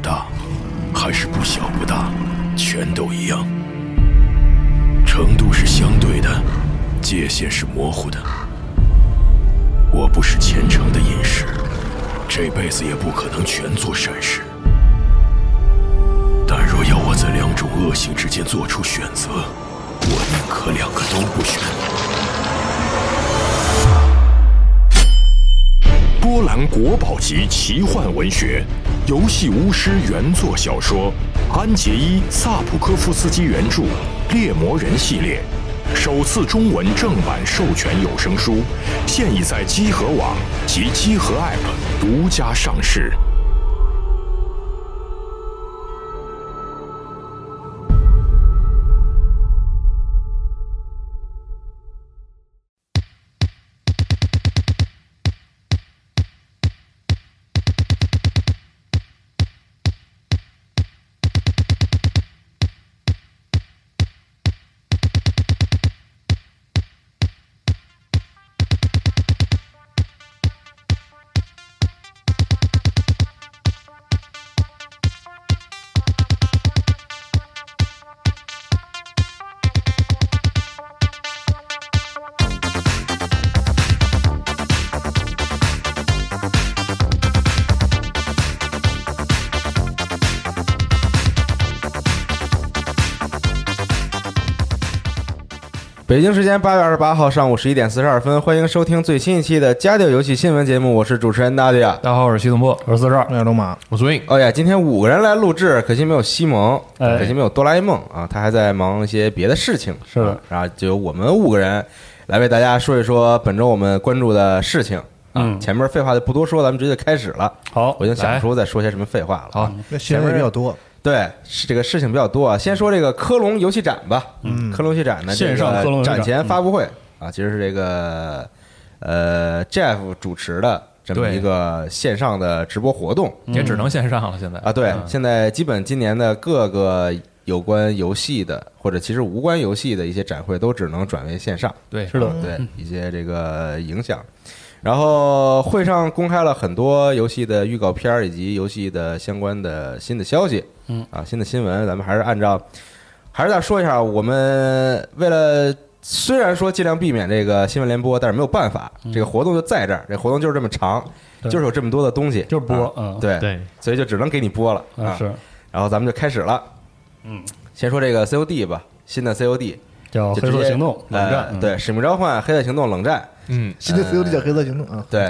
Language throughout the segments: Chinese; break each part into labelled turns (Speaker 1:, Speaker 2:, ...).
Speaker 1: 大，还是不小不大，全都一样。程度是相对的，界限是模糊的。我不是虔诚的隐士，这辈子也不可能全做善事。但若要我在两种恶行之间做出选择，我宁可两个都不选。波兰国宝级奇幻文学，游戏巫师原作小说，安杰伊·萨普科夫斯基原著，《猎魔人》系列，首次中文正版授权有声书，现已在积禾网及积禾 App 独家上市。
Speaker 2: 北京时间8月28号上午11点42分，欢迎收听最新一期的家调游戏新闻节目，我是主持人大家。
Speaker 3: 大家好，我是西东坡，我是四少，
Speaker 4: 我是龙马，
Speaker 3: 我是Win。
Speaker 2: 哦呀，今天5个人来录制，可惜没有西蒙，可惜没有哆啦 A 梦啊，他还在忙一些别的事情。
Speaker 3: 是的，
Speaker 2: 然后就由我们5个人来为大家说一说本周我们关注的事情。前面废话就不多说，咱们直接开始了。
Speaker 3: 好，
Speaker 2: 我已经想不出再说些什么废话了。
Speaker 3: 好，
Speaker 4: 那新闻也比较多。
Speaker 2: 对，是这个事情比较多啊。先说这个科隆游戏展吧。科隆游戏展呢，
Speaker 3: 线上科隆
Speaker 2: 展前发布会啊，其实是这个Jeff 主持的这么一个线上的直播活动，
Speaker 3: 也只能线上了现在
Speaker 2: 啊。对，现在基本今年的各个有关游戏的或者其实无关游戏的一些展会都只能转为线上。
Speaker 3: 对，
Speaker 2: 是的，对一些这个影响。然后会上公开了很多游戏的预告片以及游戏的相关的新的消息，新的新闻，咱们还是再说一下。我们为了虽然说尽量避免这个新闻联播，但是没有办法，这个活动就在这儿，这活动就是这么长，就是有这么多的东西，
Speaker 3: 就是播，
Speaker 2: 对，所以就只能给你播了
Speaker 3: 是。
Speaker 2: 然后咱们就开始了，先说这个 COD 吧，新的 COD
Speaker 3: 叫黑色行动冷战，
Speaker 2: 对，使命召唤黑色行动冷战。
Speaker 4: 新的 COD 叫黑色行动啊，
Speaker 2: 对，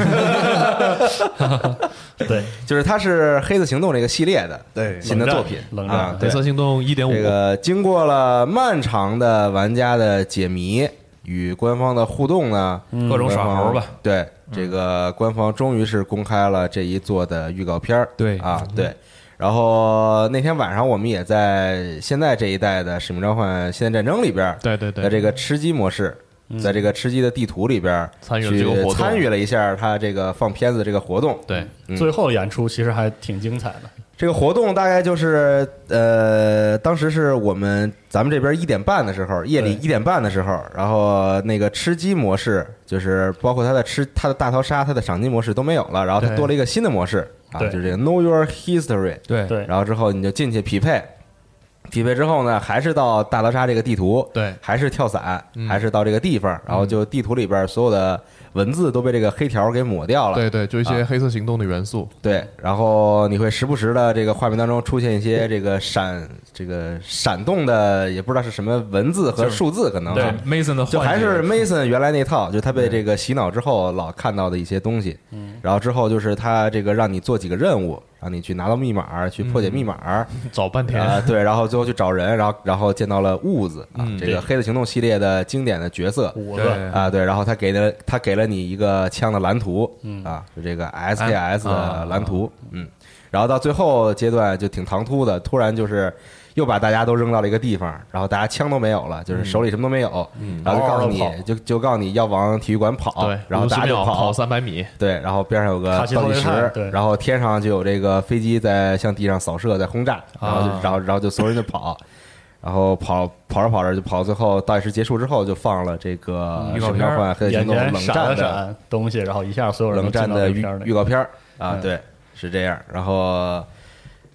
Speaker 3: 对，
Speaker 2: 就是它是黑色行动这个系列的
Speaker 4: 对
Speaker 2: 新的作品啊，
Speaker 3: 黑色行动1.5，
Speaker 2: 这个经过了漫长的玩家的解谜与官方的互动呢，
Speaker 3: 各种耍猴吧，
Speaker 2: 对，这个官方终于是公开了这一作的预告片，
Speaker 3: 对
Speaker 2: 啊，对。然后那天晚上我们也在现在这一代的使命召唤现代战争里边，
Speaker 3: 对，
Speaker 2: 在这个吃鸡模式。在这个吃鸡的地图里边
Speaker 3: 参与
Speaker 2: 了一下他这个放片子这个活动，
Speaker 3: 对，最后演出其实还挺精彩的。
Speaker 2: 这个活动大概就是当时是咱们这边1点半的时候，夜里1点半的时候，然后那个吃鸡模式就是包括它的大逃杀、它的赏金模式都没有了，然后它多了一个新的模式啊，就是这个 Know Your History，
Speaker 3: 对，
Speaker 2: 然后之后你就进去匹配之后呢，还是到大逃杀这个地图，
Speaker 3: 对，
Speaker 2: 还是跳伞，还是到这个地方，然后就地图里边所有的文字都被这个黑条给抹掉了，
Speaker 5: 对，就一些黑色行动的元素，
Speaker 2: 对，然后你会时不时的这个画面当中出现一些这个闪动的，也不知道是什么文字和数字，可能
Speaker 3: 对 Mason 的
Speaker 2: 就还是 Mason 原来那套，就他被这个洗脑之后老看到的一些东西，然后之后就是他这个让你做几个任务。让你去拿到密码，去破解密码，
Speaker 3: 找半天
Speaker 2: 对，然后最后去找人，然后见到了痦子啊，这个黑色行动系列的经典的角色
Speaker 3: 痦子
Speaker 2: 啊，对，然后他给了你一个枪的蓝图啊，就这个 SKS 的蓝图，然后到最后阶段就挺唐突的，突然就是又把大家都扔到了一个地方，然后大家枪都没有了，就是手里什么都没有，然后就告诉你，就告诉你要往体育馆跑，
Speaker 5: 对，
Speaker 2: 然后大家就
Speaker 5: 跑300米，
Speaker 2: 对，然后边上有个倒计时，然后天上就有这个飞机在向地上扫射，在轰炸，然后就所有人就跑，然后跑着就跑到最后倒计时结束之后就放了这个使命召唤黑色行动冷战的
Speaker 3: 东西，然后一下所有人
Speaker 2: 冷战的预告片啊，对，是这样，然后。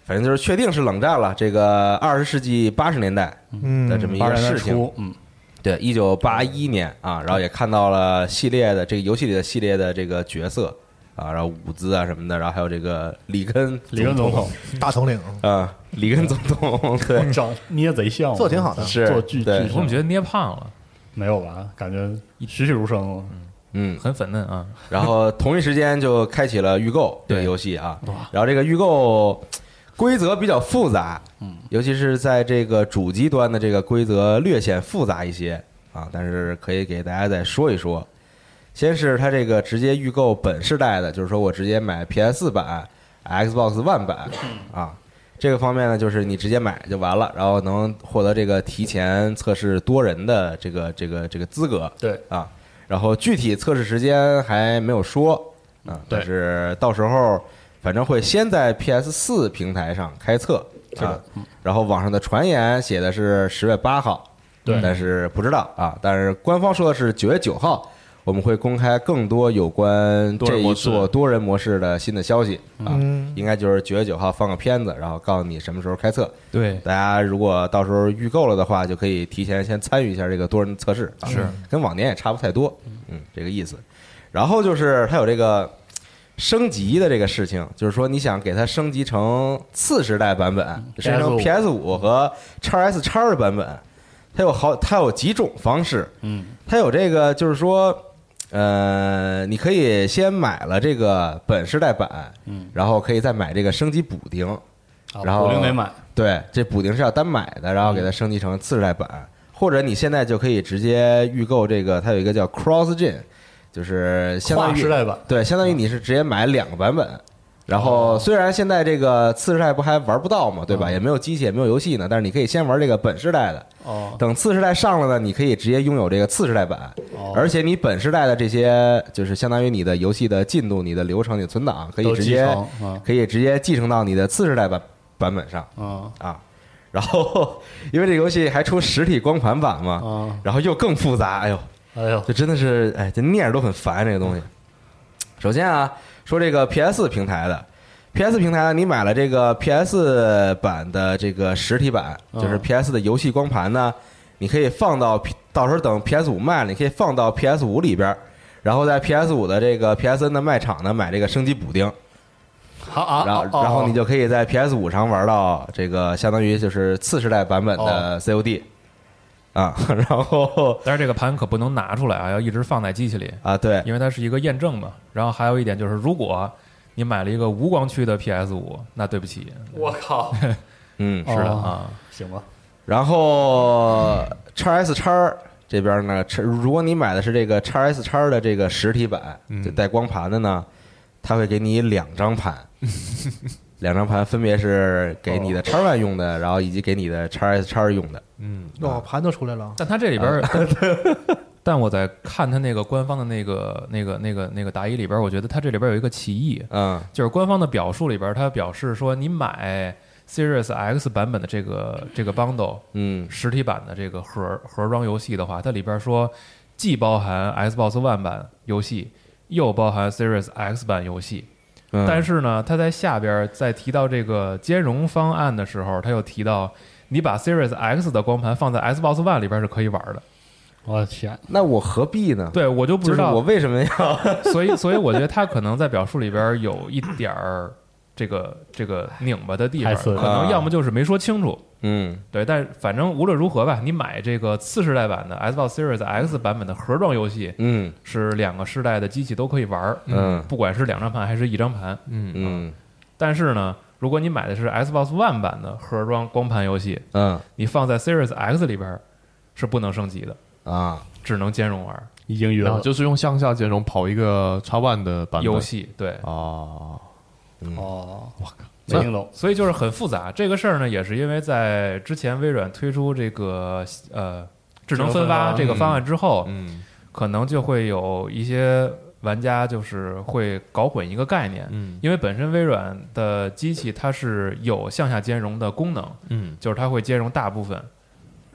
Speaker 2: 反正就是确定是冷战了。这个20世纪80年代的这么一个事情，对，1981年啊，然后也看到了系列的这个游戏里的系列的这个角色啊，然后伍兹啊什么的，然后还有这个里根
Speaker 3: 总统
Speaker 4: 大统领
Speaker 2: 啊，里根总统，对，
Speaker 3: 长捏贼像，
Speaker 4: 做挺好的，
Speaker 2: 是
Speaker 3: 做巨，
Speaker 6: 我怎么觉得捏胖了？
Speaker 3: 没有吧？感觉栩栩如生了。
Speaker 6: 很粉嫩啊。
Speaker 2: 然后同一时间就开启了预购这个游戏啊，然后这个预购规则比较复杂，尤其是在这个主机端的这个规则略显复杂一些啊，但是可以给大家再说一说。先是它这个直接预购本世代的，就是说我直接买 PS 版、Xbox One 版啊，这个方面呢，就是你直接买就完了，然后能获得这个提前测试多人的这个资格，
Speaker 3: 对
Speaker 2: 啊。然后具体测试时间还没有说啊，但是到时候反正会先在 PS4 平台上开测啊，然后网上的传言写的是10月8号，
Speaker 3: 对，
Speaker 2: 但是不知道啊，但是官方说的是9月9号，我们会公开更多有关这一座多人模式的新的消息啊，应该就是9月9号放个片子，然后告诉你什么时候开测。
Speaker 6: 对，
Speaker 2: 大家如果到时候预购了的话，就可以提前先参与一下这个多人测试啊，
Speaker 6: 是
Speaker 2: 跟往年也差不太多，这个意思。然后就是它有这个升级的这个事情，就是说你想给它升级成次时代版本，升成 PS5 和 XS 的版本，它有几种方式，它有这个就是说。你可以先买了这个本世代版，然后可以再买这个升级补丁，然后
Speaker 3: 补丁没买，
Speaker 2: 对，这补丁是要单买的，然后给它升级成次世代版，或者你现在就可以直接预购这个，它有一个叫 Cross Gen， 就是相当于
Speaker 3: 跨世代版，
Speaker 2: 对，相当于你是直接买2个版本。然后虽然现在这个次世代不还玩不到嘛，对吧？也没有机器，也没有游戏呢，但是你可以先玩这个本世代的。等次世代上了呢，你可以直接拥有这个次世代版。而且你本世代的这些，就是相当于你的游戏的进度、你的流程、你的存档，可以直接继承到你的次世代版本上。然后因为这个游戏还出实体光盘版嘛，然后又更复杂。哎呦，这真的是这念着都很烦这个东西。首先啊。说这个 PS 平台的 PS 平台，你买了这个 PS 版的这个实体版，就是 PS 的游戏光盘呢，你可以放到时候等 PS5 卖了，你可以放到 PS5 里边，然后在 PS5 的这个 PSN 的卖场呢买这个升级补丁。然后你就可以在 PS5 上玩到这个相当于就是次世代版本的 COD。然后
Speaker 6: 但是这个盘可不能拿出来啊，要一直放在机器里
Speaker 2: 啊。对，
Speaker 6: 因为它是一个验证嘛。然后还有一点就是，如果你买了一个无光驱的 PS5，那对不起，
Speaker 3: 我靠，
Speaker 6: 是的啊，
Speaker 3: 行吧。
Speaker 2: 然后 XS 这边呢，如果你买的是这个 XS 的这个实体版，就带光盘的呢，它会给你2张盘。2张盘分别是给你的 X1 用的，然后以及给你的 XS 用的。
Speaker 4: 盘都出来了。
Speaker 6: 但它这里边，但我在看它那个官方的那个答疑里边，我觉得它这里边有一个歧义，就是官方的表述里边，它表示说你买 Series X 版本的这个 bundle，实体版的这个盒装游戏的话，它里边说既包含 Xbox One 版游戏，又包含 Series X 版游戏。但是呢，他在下边在提到这个兼容方案的时候，他又提到你把 Series X 的光盘放在 Xbox One 里边是可以玩的。
Speaker 3: 我的天，
Speaker 2: 那我何必呢？
Speaker 6: 对，我就不知道
Speaker 2: 我为什么要
Speaker 6: 所以我觉得他可能在表述里边有一点儿这个拧巴的地方，可能要么就是没说清楚。对，但反正无论如何吧，你买这个次世代版的 Xbox Series X 版本的盒装游戏，是2个世代的机器都可以玩，不管是2张盘还是1张盘，但是呢，如果你买的是 Xbox One 版的盒装光盘游戏，你放在 Series X 里边是不能升级的啊，只能兼容玩，
Speaker 3: 已经约了，
Speaker 5: 就是用向下兼容跑一个 X1 的版本
Speaker 6: 游戏，对，
Speaker 3: 我靠。
Speaker 6: 所以就是很复杂。这个事儿呢，也是因为在之前微软推出这个智能分发这个方案之后，可能就会有一些玩家就是会搞混一个概念，因为本身微软的机器它是有向下兼容的功能，就是它会兼容大部分，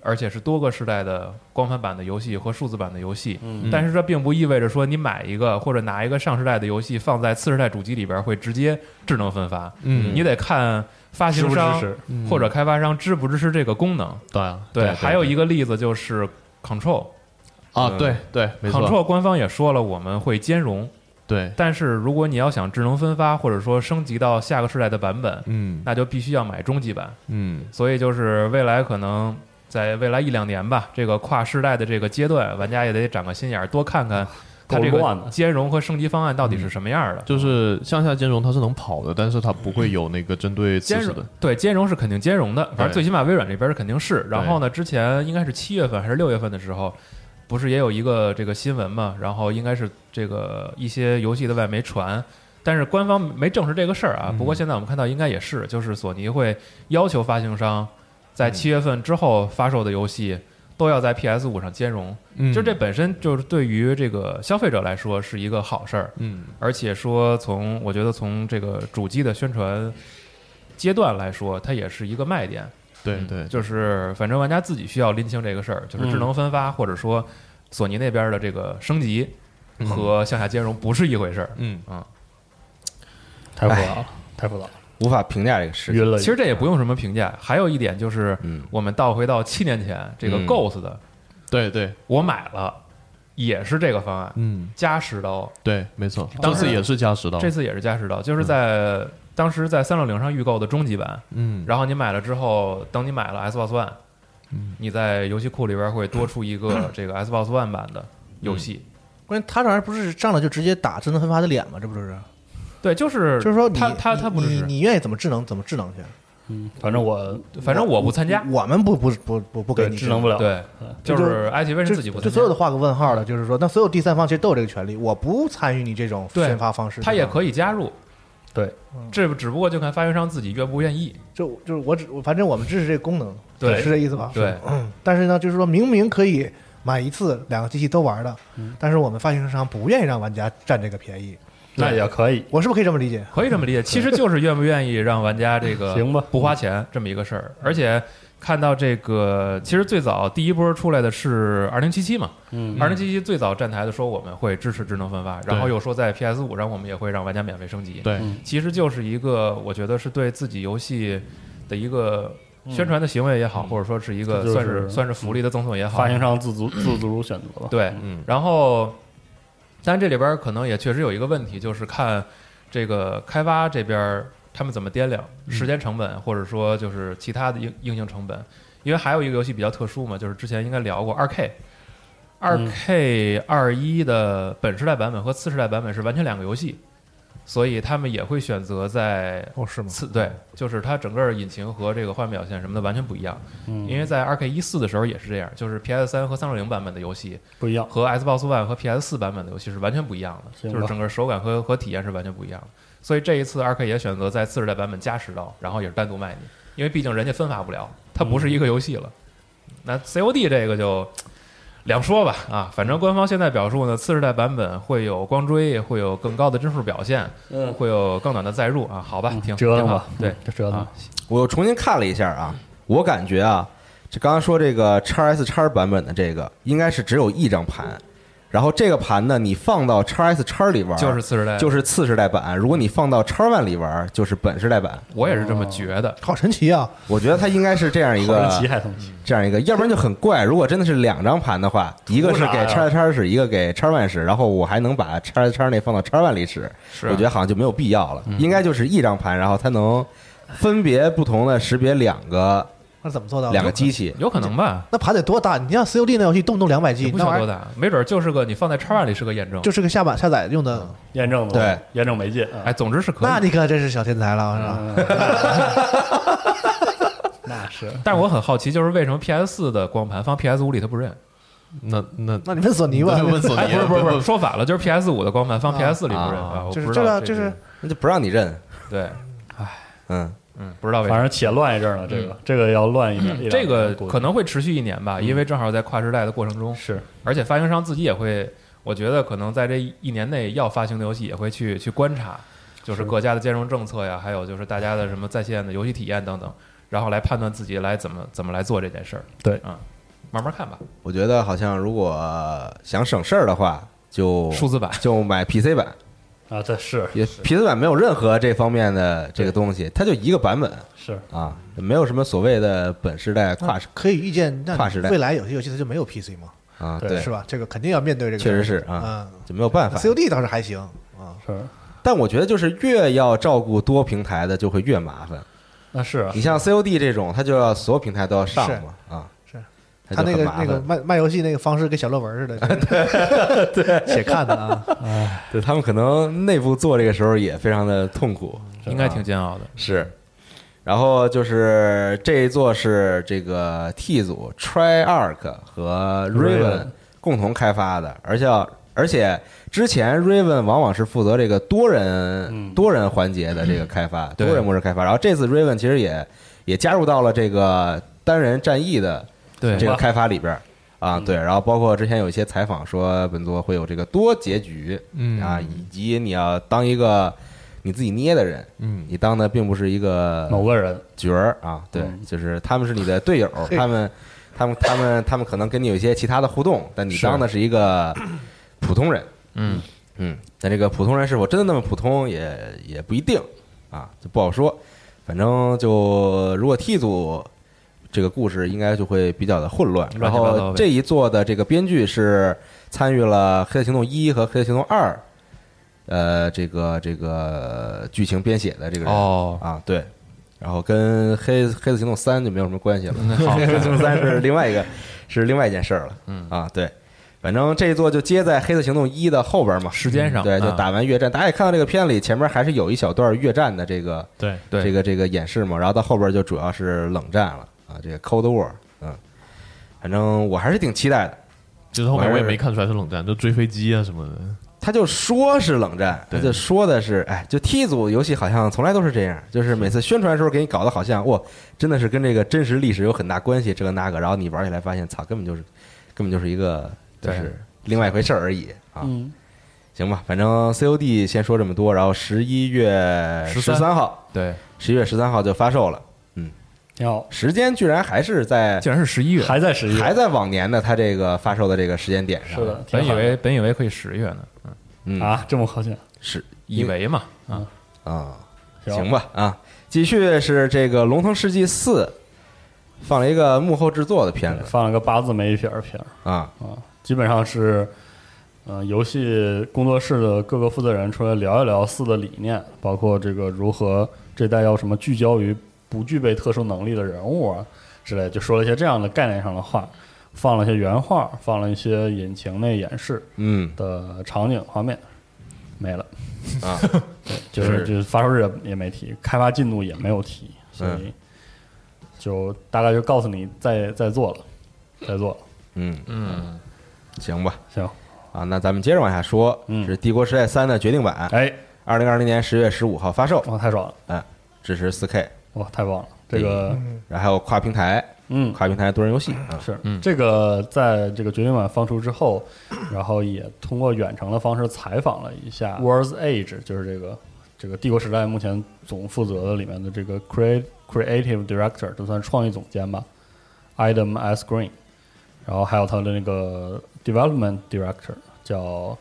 Speaker 6: 而且是多个世代的光盘版的游戏和数字版的游戏。但是这并不意味着说你买一个或者拿一个上世代的游戏放在次世代主机里边会直接智能分发。你得看发行商或者开发商支不支持这个功能。对，还有一个例子就是 Control
Speaker 5: 啊，对，没错
Speaker 6: ，Control 官方也说了我们会兼容。
Speaker 5: 对，
Speaker 6: 但是如果你要想智能分发，或者说升级到下个世代的版本，那就必须要买终极版。所以就是未来可能在未来1-2年吧，这个跨世代的这个阶段，玩家也得长个心眼儿，多看看它这个兼容和升级方案到底是什么样的。
Speaker 5: 就是向下兼容它是能跑的，但是它不会有那个针对次世的。
Speaker 6: 对，兼容是肯定兼容的，反正最起码微软这边肯定是。然后呢，之前应该是7月份还是6月份的时候。不是也有一个这个新闻嘛？然后应该是这个一些游戏的外媒传，但是官方没证实这个事儿啊。不过现在我们看到应该也是，就是索尼会要求发行商在7月份之后发售的游戏都要在 PS5 上兼容。就这本身就是对于这个消费者来说是一个好事儿。而且说我觉得从这个主机的宣传阶段来说，它也是一个卖点。
Speaker 5: 对，
Speaker 6: 就是反正玩家自己需要拎清这个事儿，就是智能分发或者说索尼那边的这个升级和向下兼容不是一回事儿。
Speaker 3: 太复杂了，太复杂了，
Speaker 2: 无法评价这个事情。
Speaker 3: 晕了。
Speaker 6: 其实这也不用什么评价，还有一点就是，我们倒回到7年前这个 Ghost 的，
Speaker 5: 对，
Speaker 6: 我买了，也是这个方案，加10刀。
Speaker 5: 对，没错，这次也是加10刀，
Speaker 6: 这次也是加10刀，就是当时在360上预购的终极版，然后你买了之后，等你买了 Xbox One，你在游戏库里边会多出一个这个 Xbox One 版的游戏。
Speaker 4: 关键他这玩意儿不是上来就直接打智能分发的脸吗？这不是？
Speaker 6: 对，就是
Speaker 4: 说
Speaker 6: 他不支持，
Speaker 4: 你愿意怎么智能去。
Speaker 6: 反正我不参加，
Speaker 4: 我们不给你
Speaker 3: 智能不了。
Speaker 6: 对，就是爱奇艺自己不参加，
Speaker 4: 就所有的画个问号了，就是说，那所有第三方其实都有这个权利，我不参与你这种宣发方式，
Speaker 6: 他也可以加入。
Speaker 3: 对，
Speaker 6: 这只不过就看发行商自己愿不愿意。
Speaker 4: 就是反正我们支持这个功能，
Speaker 6: 对，
Speaker 4: 是这意思吧？
Speaker 6: 对。
Speaker 4: 但是呢，就是说明明可以买一次2个机器都玩的，但是我们发行商不愿意让玩家占这个便宜。
Speaker 3: 那也可以，
Speaker 4: 我是不是可以这么理解？
Speaker 6: 可以这么理解，其实就是愿不愿意让玩家这个
Speaker 3: 行吧
Speaker 6: 不花钱这么一个事儿。而且看到这个，其实最早第一波出来的是2077嘛，2077最早站台的说我们会支持智能分发，然后又说在 PS5 上我们也会让玩家免费升级。
Speaker 5: 对，
Speaker 6: 其实就是一个我觉得是对自己游戏的一个宣传的行为也好，或者说是一个算是福利的赠送也好，
Speaker 3: 发行商自主选择吧。
Speaker 6: 对，然后。但这里边可能也确实有一个问题，就是看这个开发这边他们怎么掂量时间成本，或者说就是其他的硬性成本。因为还有一个游戏比较特殊嘛，就是之前应该聊过 2K21 的本世代版本和次世代版本是完全2个游戏，所以他们也会选择在
Speaker 4: 是吗？
Speaker 6: 对，就是它整个引擎和这个画面表现什么的完全不一样。因为在 2K14 的时候也是这样，就是 PS3 和360版本的游戏
Speaker 3: 不一样，
Speaker 6: 和 Xbox One 和 PS4 版本的游戏是完全不一样的，就是整个手感和体验是完全不一样的。所以这一次 2K 也选择在次世代版本加10刀，然后也是单独卖你，因为毕竟人家分发不了，它不是一个游戏了。那 COD 这个就两说吧啊，反正官方现在表述呢，次世代版本会有光追，会有更高的帧数表现，会有更短的载入啊，好吧，挺
Speaker 3: 折腾吧，
Speaker 6: 对，
Speaker 3: 折腾。
Speaker 2: 我又重新看了一下啊，我感觉啊，这刚刚说这个 XS 版本的这个应该是只有一张盘。然后这个盘呢，你放到 XS 里玩
Speaker 6: 就是次世代，
Speaker 2: 就是次世代版；如果你放到 X1 里玩，就是本世代版。
Speaker 6: 我也是这么觉得，
Speaker 4: 好神奇啊！
Speaker 2: 我觉得它应该是这样一个，这样一个，要不然就很怪。如果真的是2张盘的话，一个是给 XS 使，一个给 X1 使，然后我还能把 XS 那放到 X1 里使，我觉得好像就没有必要了。应该就是一张盘，然后它能分别不同的识别2个。
Speaker 4: 那怎么做到
Speaker 2: 2个机器？
Speaker 6: 有可能吧？
Speaker 4: 那盘得多大？你像 COD 那游戏动不动200G，
Speaker 6: 不需要多大，没准就是个你放在 X1 里是个验证，
Speaker 4: 就是个下载用的
Speaker 3: 验证，
Speaker 2: 对，
Speaker 3: 验证媒介。
Speaker 6: 哎，总之是可以。
Speaker 4: 那你可真是小天才了，是吧？
Speaker 3: 那是。
Speaker 6: 但是我很好奇，就是为什么 PS4 的光盘放 PS5 里它不认？
Speaker 5: 那
Speaker 4: 你问索尼吧，
Speaker 5: 问索尼。
Speaker 6: 不是，说反了，就是 PS5 的光盘放 PS4 里不认啊，
Speaker 4: 就是这个，就是
Speaker 2: 那就不让你认。
Speaker 6: 对，
Speaker 2: 哎，
Speaker 6: 不知道为什么，
Speaker 3: 反正且乱一阵呢。这个要乱一点，
Speaker 6: 这个可能会持续1年吧，因为正好在跨时代的过程中
Speaker 3: 是，
Speaker 6: 而且发行商自己也会，我觉得可能在这1年内要发行的游戏也会去观察，就是各家的兼容政策呀，还有就是大家的什么在线的游戏体验等等，然后来判断自己来怎么来做这件事儿。
Speaker 3: 对
Speaker 6: 啊， 慢慢看吧。
Speaker 2: 我觉得好像如果想省事儿的话，就
Speaker 6: 数字版
Speaker 2: 就买 PC 版
Speaker 3: 啊，这是
Speaker 2: 也 PC 版没有任何这方面的这个东西，它就一个版本
Speaker 3: 是
Speaker 2: 啊，没有什么所谓的本时代跨
Speaker 4: 可以预见，
Speaker 2: 跨时代
Speaker 4: 未来有些游戏它就没有 PC 嘛。
Speaker 2: 啊，对，
Speaker 4: 是吧？这个肯定要面对这个，
Speaker 2: 确实是啊，就没有办法。
Speaker 4: COD 倒是还行啊，
Speaker 3: 是，
Speaker 2: 但我觉得就是越要照顾多平台的，就会越麻烦。
Speaker 3: 那是
Speaker 2: 你像 COD 这种，它就要所有平台都要上嘛，啊，
Speaker 4: 是他那个卖游戏那个方式跟小论文似的，
Speaker 2: 对，
Speaker 4: 且看的啊，
Speaker 2: 对他们可能内部做这个时候也非常的痛苦，
Speaker 6: 应该挺煎熬的，
Speaker 2: 是。然后就是这一座是这个 T 组 Treyarch 和 Raven 共同开发的，而且之前 Raven 往往是负责这个多人环节的这个开发，多人模式开发。然后这次 Raven 其实也加入到了这个单人战役的这个开发里边啊，对。然后包括之前有一些采访说本作会有这个多结局，啊，以及你要当一个你自己捏的人，你当的并不是一个
Speaker 3: 某个人
Speaker 2: 角儿啊，对，就是他们是你的队友，他们可能跟你有一些其他的互动，但你当的是一个普通人，但这个普通人是否真的那么普通也不一定啊，就不好说。反正就如果 T 组这个故事应该就会比较的混乱。然后这一作的这个编剧是参与了《黑色行动1》和《黑色行动2》。这个剧情编写的这个人啊，对，然后跟黑色行动3就没有什么关系了。黑色行动3是另外一件事儿了。对，反正这一座就接在黑色行动1的后边嘛，
Speaker 6: 时间上
Speaker 2: 对，就打完越战，大家也看到这个片里前面还是有一小段越战的这个这个演示嘛，然后到后边就主要是冷战了啊，这个 Cold War，反正我还是挺期待的。
Speaker 5: 其实后面我也没看出来是冷战，就追飞机啊什么的。
Speaker 2: 他就说是冷战，他就说的是，就 T 组游戏好像从来都是这样，就是每次宣传的时候给你搞得好像哇，真的是跟这个真实历史有很大关系，这个那个，然后你玩起来发现，操，根本就是一个就是另外一回事而已啊。行吧，反正 COD 先说这么多，然后11月13号，
Speaker 6: 对
Speaker 2: ，11月13号就发售了，
Speaker 3: 挺好，
Speaker 2: 时间居然还是在，
Speaker 6: 竟然是11月，
Speaker 3: 还在11月，
Speaker 2: 还在往年的他这个发售的这个时间点上，
Speaker 3: 是的，
Speaker 6: 本以为可以10月呢。
Speaker 3: 这么靠近，
Speaker 2: 是
Speaker 6: 以为嘛？
Speaker 2: 行吧啊，继续是这个《龙腾世纪4》放了一个幕后制作的片子，
Speaker 3: 放了个8字没一撇片基本上是游戏工作室的各个负责人出来聊一聊4的理念，包括这个如何这代要什么聚焦于不具备特殊能力的人物啊之类，就说了一些这样的概念上的话。放了一些原画，放了一些引擎内演示的场景画面，没了
Speaker 2: 啊，
Speaker 3: 对，就是发售日也没提，开发进度也没有提，所以就大概就告诉你在做了，
Speaker 2: 行吧，
Speaker 3: 行
Speaker 2: 啊，那咱们接着往下说，是《帝国时代3》的决定版，2020年10月15号发售，
Speaker 3: 太爽了，
Speaker 2: 支持4K，
Speaker 3: 哇，太棒了，这个，
Speaker 2: 然后还有跨平台。跨平台多人游戏
Speaker 3: 是这个，在这个决定版放出之后，然后也通过远程的方式采访了一下 World's Edge， 就是这个帝国时代目前总负责的里面的这个 Creative Director， 就算创意总监吧 ，Adam S. Green， 然后还有他的那个 Development Director 叫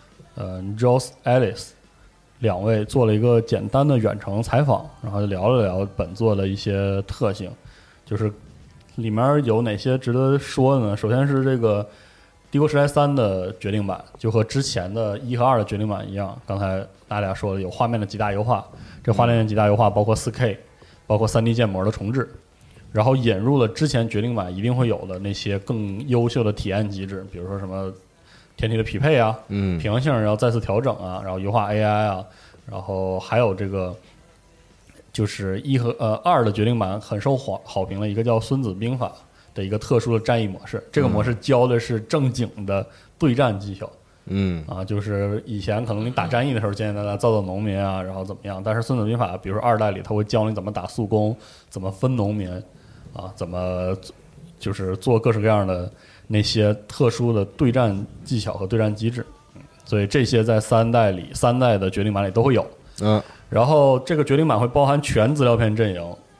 Speaker 3: Joss Ellis， 两位做了一个简单的远程采访，然后就聊了聊本作的一些特性，就是里面有哪些值得说的呢？首先是这个《帝国时代3》的决定版，就和之前的1和2的决定版一样，刚才大家说的有画面的极大优化，这画面的极大优化包括 4K， 包括 3D 建模的重置，然后引入了之前决定版一定会有的那些更优秀的体验机制，比如说什么天体的匹配啊，平衡性要再次调整啊，然后优化 AI 啊，然后还有这个就是1和2的决定版很受好评的一个叫《孙子兵法》的一个特殊的战役模式，这个模式教的是正经的对战技巧。就是以前可能你打战役的时候简简单单造农民啊，然后怎么样，但是《孙子兵法》比如说2代里，他会教你怎么打速攻，怎么分农民啊，怎么就是做各式各样的那些特殊的对战技巧和对战机制。所以这些在3代的决定版里都会有。然后这个决定版会包含全资料片阵营，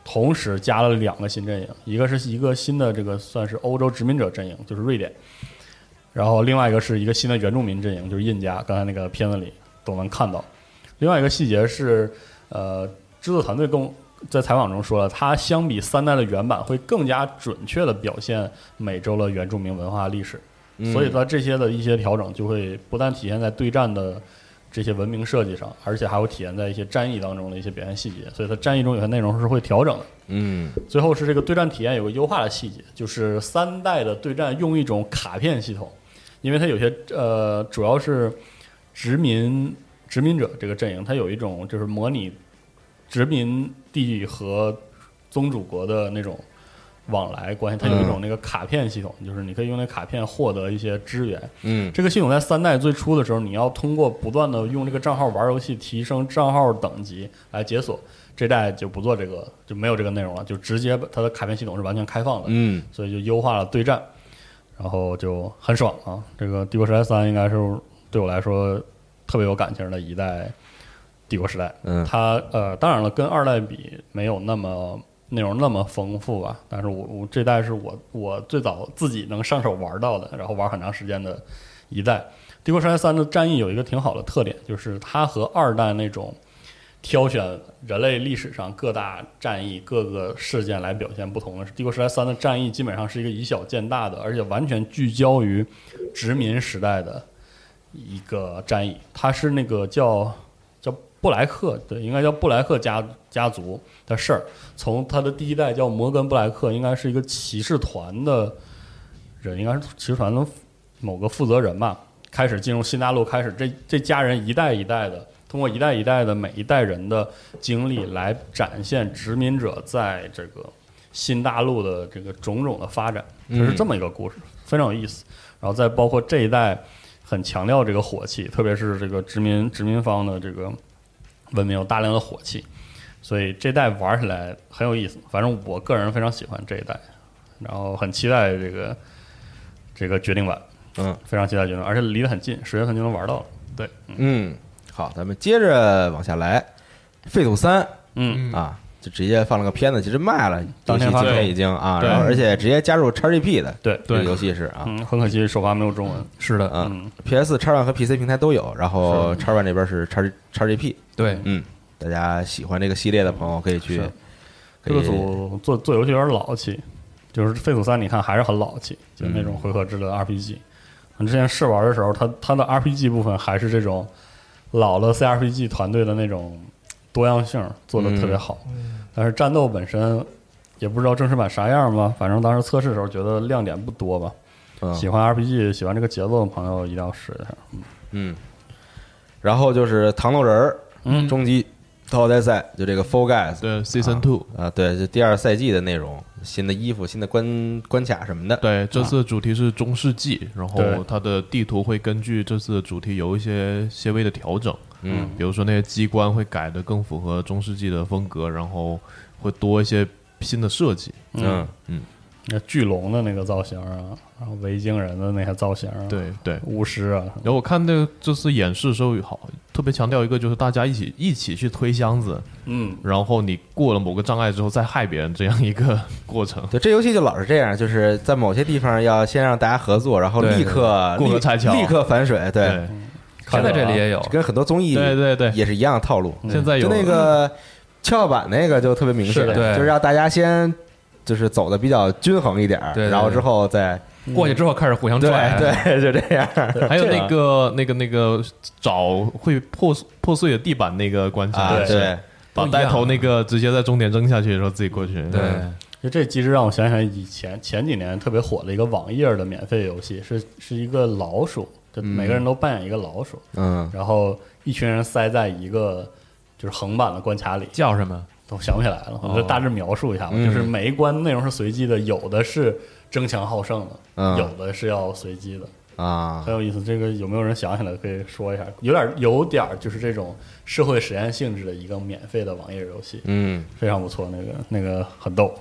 Speaker 3: 同时加了2个新阵营，一个是一个新的这个算是欧洲殖民者阵营，就是瑞典，然后另外一个是一个新的原住民阵营，就是印加，刚才那个片子里都能看到。另外一个细节是，制作团队在采访中说了，它相比3代的原版会更加准确地表现美洲的原住民文化历史，所以它这些的一些调整就会不但体现在对战的这些文明设计上，而且还会体现在一些战役当中的一些表现细节，所以它战役中有些内容是会调整的。最后是这个对战体验有个优化的细节，就是3代的对战用一种卡片系统，因为它有些主要是殖民者这个阵营，它有一种就是模拟殖民地和宗主国的那种往来关系，它有一种那个卡片系统，就是你可以用那卡片获得一些资源。这个系统在3代最初的时候，你要通过不断的用这个账号玩游戏提升账号等级来解锁。这代就不做这个，就没有这个内容了，就直接它的卡片系统是完全开放的。所以就优化了对战，然后就很爽啊！这个《帝国时代3》应该是对我来说特别有感情的一代帝国时代。它当然了，跟2代比没有那么内容那么丰富吧，但是我这代是我最早自己能上手玩到的，然后玩很长时间的一代。帝国时代3的战役有一个挺好的特点，就是它和2代那种挑选人类历史上各大战役各个事件来表现不同的是，帝国时代3的战役基本上是一个以小见大的，而且完全聚焦于殖民时代的一个战役。它是那个叫布莱克，对，应该叫布莱克家族的事儿。从他的第1代叫摩根布莱克，应该是一个骑士团的人，应该是骑士团的某个负责人吧。开始进入新大陆，开始这家人一代一代的。通过一代一代的每一代人的经历来展现殖民者在这个新大陆的这个种种的发展，就是这么一个故事，非常有意思。然后再包括这一代很强调这个火器，特别是这个殖民方的这个文明有大量的火器，所以这代玩起来很有意思。反正我个人非常喜欢这一代，然后很期待这个决定版，非常期待决定版，而且离得很近，10月份就能玩到了。对，
Speaker 2: 好，咱们接着往下来，废土3，就直接放了个片子，其实卖了，
Speaker 3: 当天发
Speaker 2: 已经啊，然后而且直接加入 XGP 的，
Speaker 3: 对，
Speaker 2: 这个游戏是啊，
Speaker 3: 很可惜首发没有中文，
Speaker 6: 是的
Speaker 2: ，PS、X1 和 PC 平台都有，然后 X1 这边是 XGP，
Speaker 6: 对，
Speaker 2: 大家喜欢这个系列的朋友可以去。
Speaker 3: 这个组做游戏有点老气，就是废土3，你看还是很老气，就那种回合制的 RPG。之前试玩的时候，它的 RPG 部分还是这种老的 CRPG 团队的那种多样性做的特别好，但是战斗本身也不知道正式版啥样吧，反正当时测试的时候觉得亮点不多吧。喜欢 RPG 喜欢这个节奏的朋友一定要试一下。
Speaker 2: 然后就是糖豆人儿，终极淘汰赛，就这个 Fall Guys
Speaker 5: 对 Season 2
Speaker 2: 啊，对，就第2赛季的内容，新的衣服、新的关卡什么的。
Speaker 5: 对，这次的主题是中世纪，然后它的地图会根据这次的主题有一些些微的调整。比如说那些机关会改得更符合中世纪的风格，然后会多一些新的设计。
Speaker 3: 那巨龙的那个造型啊，然后维京人的那些造型啊，
Speaker 5: 对，
Speaker 3: 巫师啊。
Speaker 5: 然后我看这次演示的时候，特别强调一个，就是大家一起去推箱子，然后你过了某个障碍之后再害别人这样一个过程。
Speaker 2: 对，这游戏就老是这样，就是在某些地方要先让大家合作，然后立刻
Speaker 5: 过河拆桥，
Speaker 2: 立刻反水。对，
Speaker 6: 现在这里也有，
Speaker 2: 跟很多综艺
Speaker 5: 对
Speaker 2: 也是一样的套路。
Speaker 5: 现在有
Speaker 2: 就那个跷板那个就特别明显，就是让大家先就是走的比较均衡一点，然后之后再
Speaker 6: 过去之后开始互相拽，
Speaker 2: 对，就这样。
Speaker 5: 还有那个找会破碎的地板那个关卡，
Speaker 2: 对，
Speaker 5: 把带头那个直接在终点扔下去的时候自己过去，
Speaker 6: 对。
Speaker 3: 就这机制让我想想以前几年特别火的一个网页的免费游戏，是一个老鼠，就每个人都扮演一个老鼠，然后一群人塞在一个就是横版的关卡里，
Speaker 6: 叫什么？
Speaker 3: 我想不起来了，我就大致描述一下吧。就是每一关内容是随机的，有的是争强好胜的，有的是要随机的啊，很有意思。这个有没有人想起来可以说一下？有点就是这种社会实验性质的一个免费的网页游戏，非常不错，那个很逗。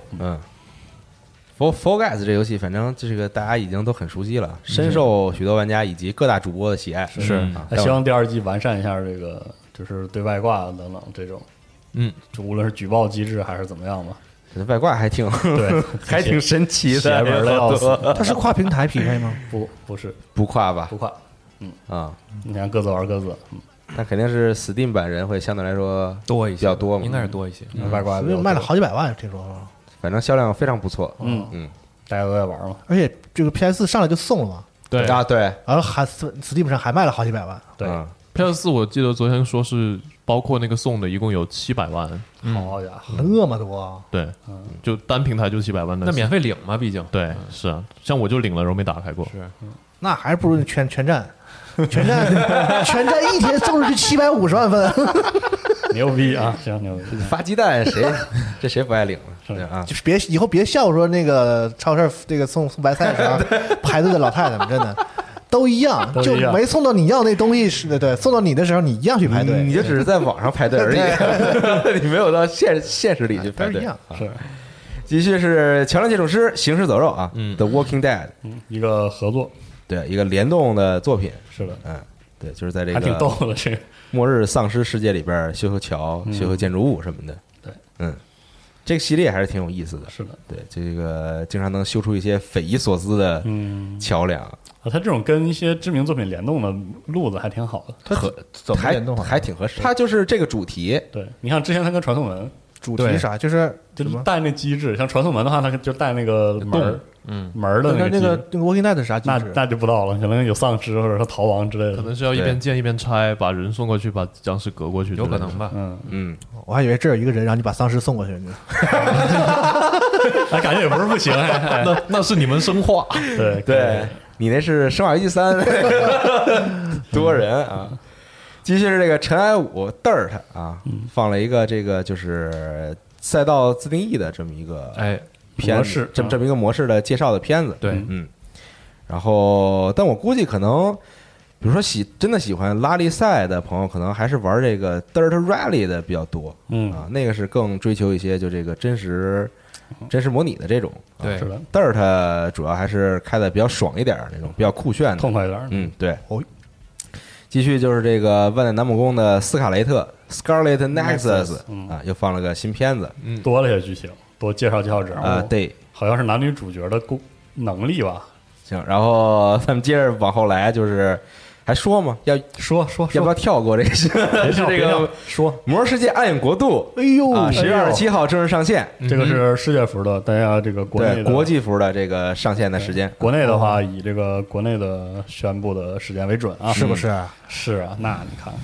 Speaker 2: Fall Guys 这游戏，反正这个大家已经都很熟悉了，深受许多玩家以及各大主播的喜爱。
Speaker 3: 是，希望第2季完善一下这个，就是对外挂等等这种。就无论是举报机制还是怎么样吧。
Speaker 2: 外挂还挺
Speaker 3: 对，
Speaker 2: 还挺神奇的，
Speaker 3: 邪门的要死。
Speaker 4: 它是跨平台匹配吗？
Speaker 3: 不是
Speaker 2: 不跨吧？
Speaker 3: 不跨，你看各自玩各自，
Speaker 2: 那肯定是 Steam 版人会相对来说
Speaker 6: 多一些，
Speaker 2: 比较多嘛，
Speaker 6: 应该是多一些。
Speaker 3: 外挂
Speaker 4: 卖了好几百万，听说。
Speaker 2: 反正销量非常不错。
Speaker 3: 大家都在玩嘛。
Speaker 4: 而且这个 PS4 上来就送了嘛。
Speaker 5: 对
Speaker 2: 啊，对，
Speaker 4: 然后还 Steam 上还卖了好几百万。
Speaker 3: 对
Speaker 5: ，PS4 我记得昨天说是包括那个送的，一共有700万。
Speaker 3: 好家伙，
Speaker 4: 那么多。
Speaker 5: 对，就单平台就700万的。
Speaker 6: 那免费领嘛，毕竟
Speaker 5: 对，是啊，像我就领了，然后没打开过。
Speaker 6: 是，
Speaker 4: 那还是不如全战，全战一天送出去750万份，
Speaker 3: 牛逼啊！行，牛逼。
Speaker 2: 发鸡蛋谁不爱领呢？啊，
Speaker 4: 就是以后别笑说那个超市这个送白菜的时候排队的老太太们，真的都一样，就没送到你要那东西是的，对，送到你的时候你一样去排队，
Speaker 2: 你就只是在网上排队而已，你没有到现实里去排队。
Speaker 4: 一样
Speaker 2: 是。继续是《强力建筑师：行尸走肉》啊，《The Walking Dead》，
Speaker 3: 一个合作，
Speaker 2: 对，一个联动的作品。
Speaker 3: 是的，
Speaker 2: 对，就是在这个
Speaker 3: 还挺逗的这个
Speaker 2: 末日丧尸世界里边修桥、修建筑物什么的。
Speaker 3: 对，
Speaker 2: 这个系列还是挺有意思的。
Speaker 3: 是的，
Speaker 2: 对，这个经常能修出一些匪夷所思的桥梁。
Speaker 3: 它这种跟一些知名作品联动的路子还挺好的，
Speaker 4: 它怎么联动
Speaker 2: 还挺合适。它就是这个主题。
Speaker 3: 对，你看之前它跟传送门
Speaker 4: 主题啥，就是
Speaker 3: 带那机制，像传送门的话，它就带那个门的
Speaker 4: 那个 Walking Dead 是啥机制？
Speaker 3: 那就不知道了，可能有丧尸或者说逃亡之类的，
Speaker 5: 可能是要一边建一边拆，把人送过去，把僵尸隔过去，
Speaker 6: 有可能吧？
Speaker 4: 我还以为这有一个人让你把丧尸送过去呢，
Speaker 3: 那感觉也不是不行。
Speaker 5: 那是你们生化，
Speaker 2: 对，你那是《生化危机3》多人啊。继续是这个尘埃舞 Dirt 啊，放了一个这个就是赛道自定义的这么一个片子，这么一个模式的介绍的片子。
Speaker 3: 对，
Speaker 2: 然后但我估计可能，比如说真的喜欢拉力赛的朋友，可能还是玩这个 Dirt Rally 的比较多。那个是更追求一些就这个真实模拟的这种。
Speaker 6: 对，
Speaker 3: 是的
Speaker 2: ，Dirt 主要还是开的比较爽一点那种，比较酷炫的，
Speaker 3: 痛快一点。
Speaker 2: 对。继续就是这个万代南梦宫的斯卡雷特 Scarlet Nexus 啊，又放了个新片子，
Speaker 3: 多了些剧情，多介绍人物
Speaker 2: 啊，对，
Speaker 3: 好像是男女主角的能力吧。
Speaker 2: 行，然后咱们接着往后来，就是还说吗？要
Speaker 3: 说，
Speaker 2: 要不要跳过这个？是这个
Speaker 3: 说《
Speaker 2: 魔兽世界：暗影国度》。
Speaker 4: 哎呦
Speaker 2: ，10月27号正式上线。
Speaker 3: 这个是世界服的，大家这个
Speaker 2: 国际服的这个上线的时间。
Speaker 3: 国内的话，以这个国内的宣布的时间为准啊，
Speaker 4: 是不是？
Speaker 3: 是啊，那你看。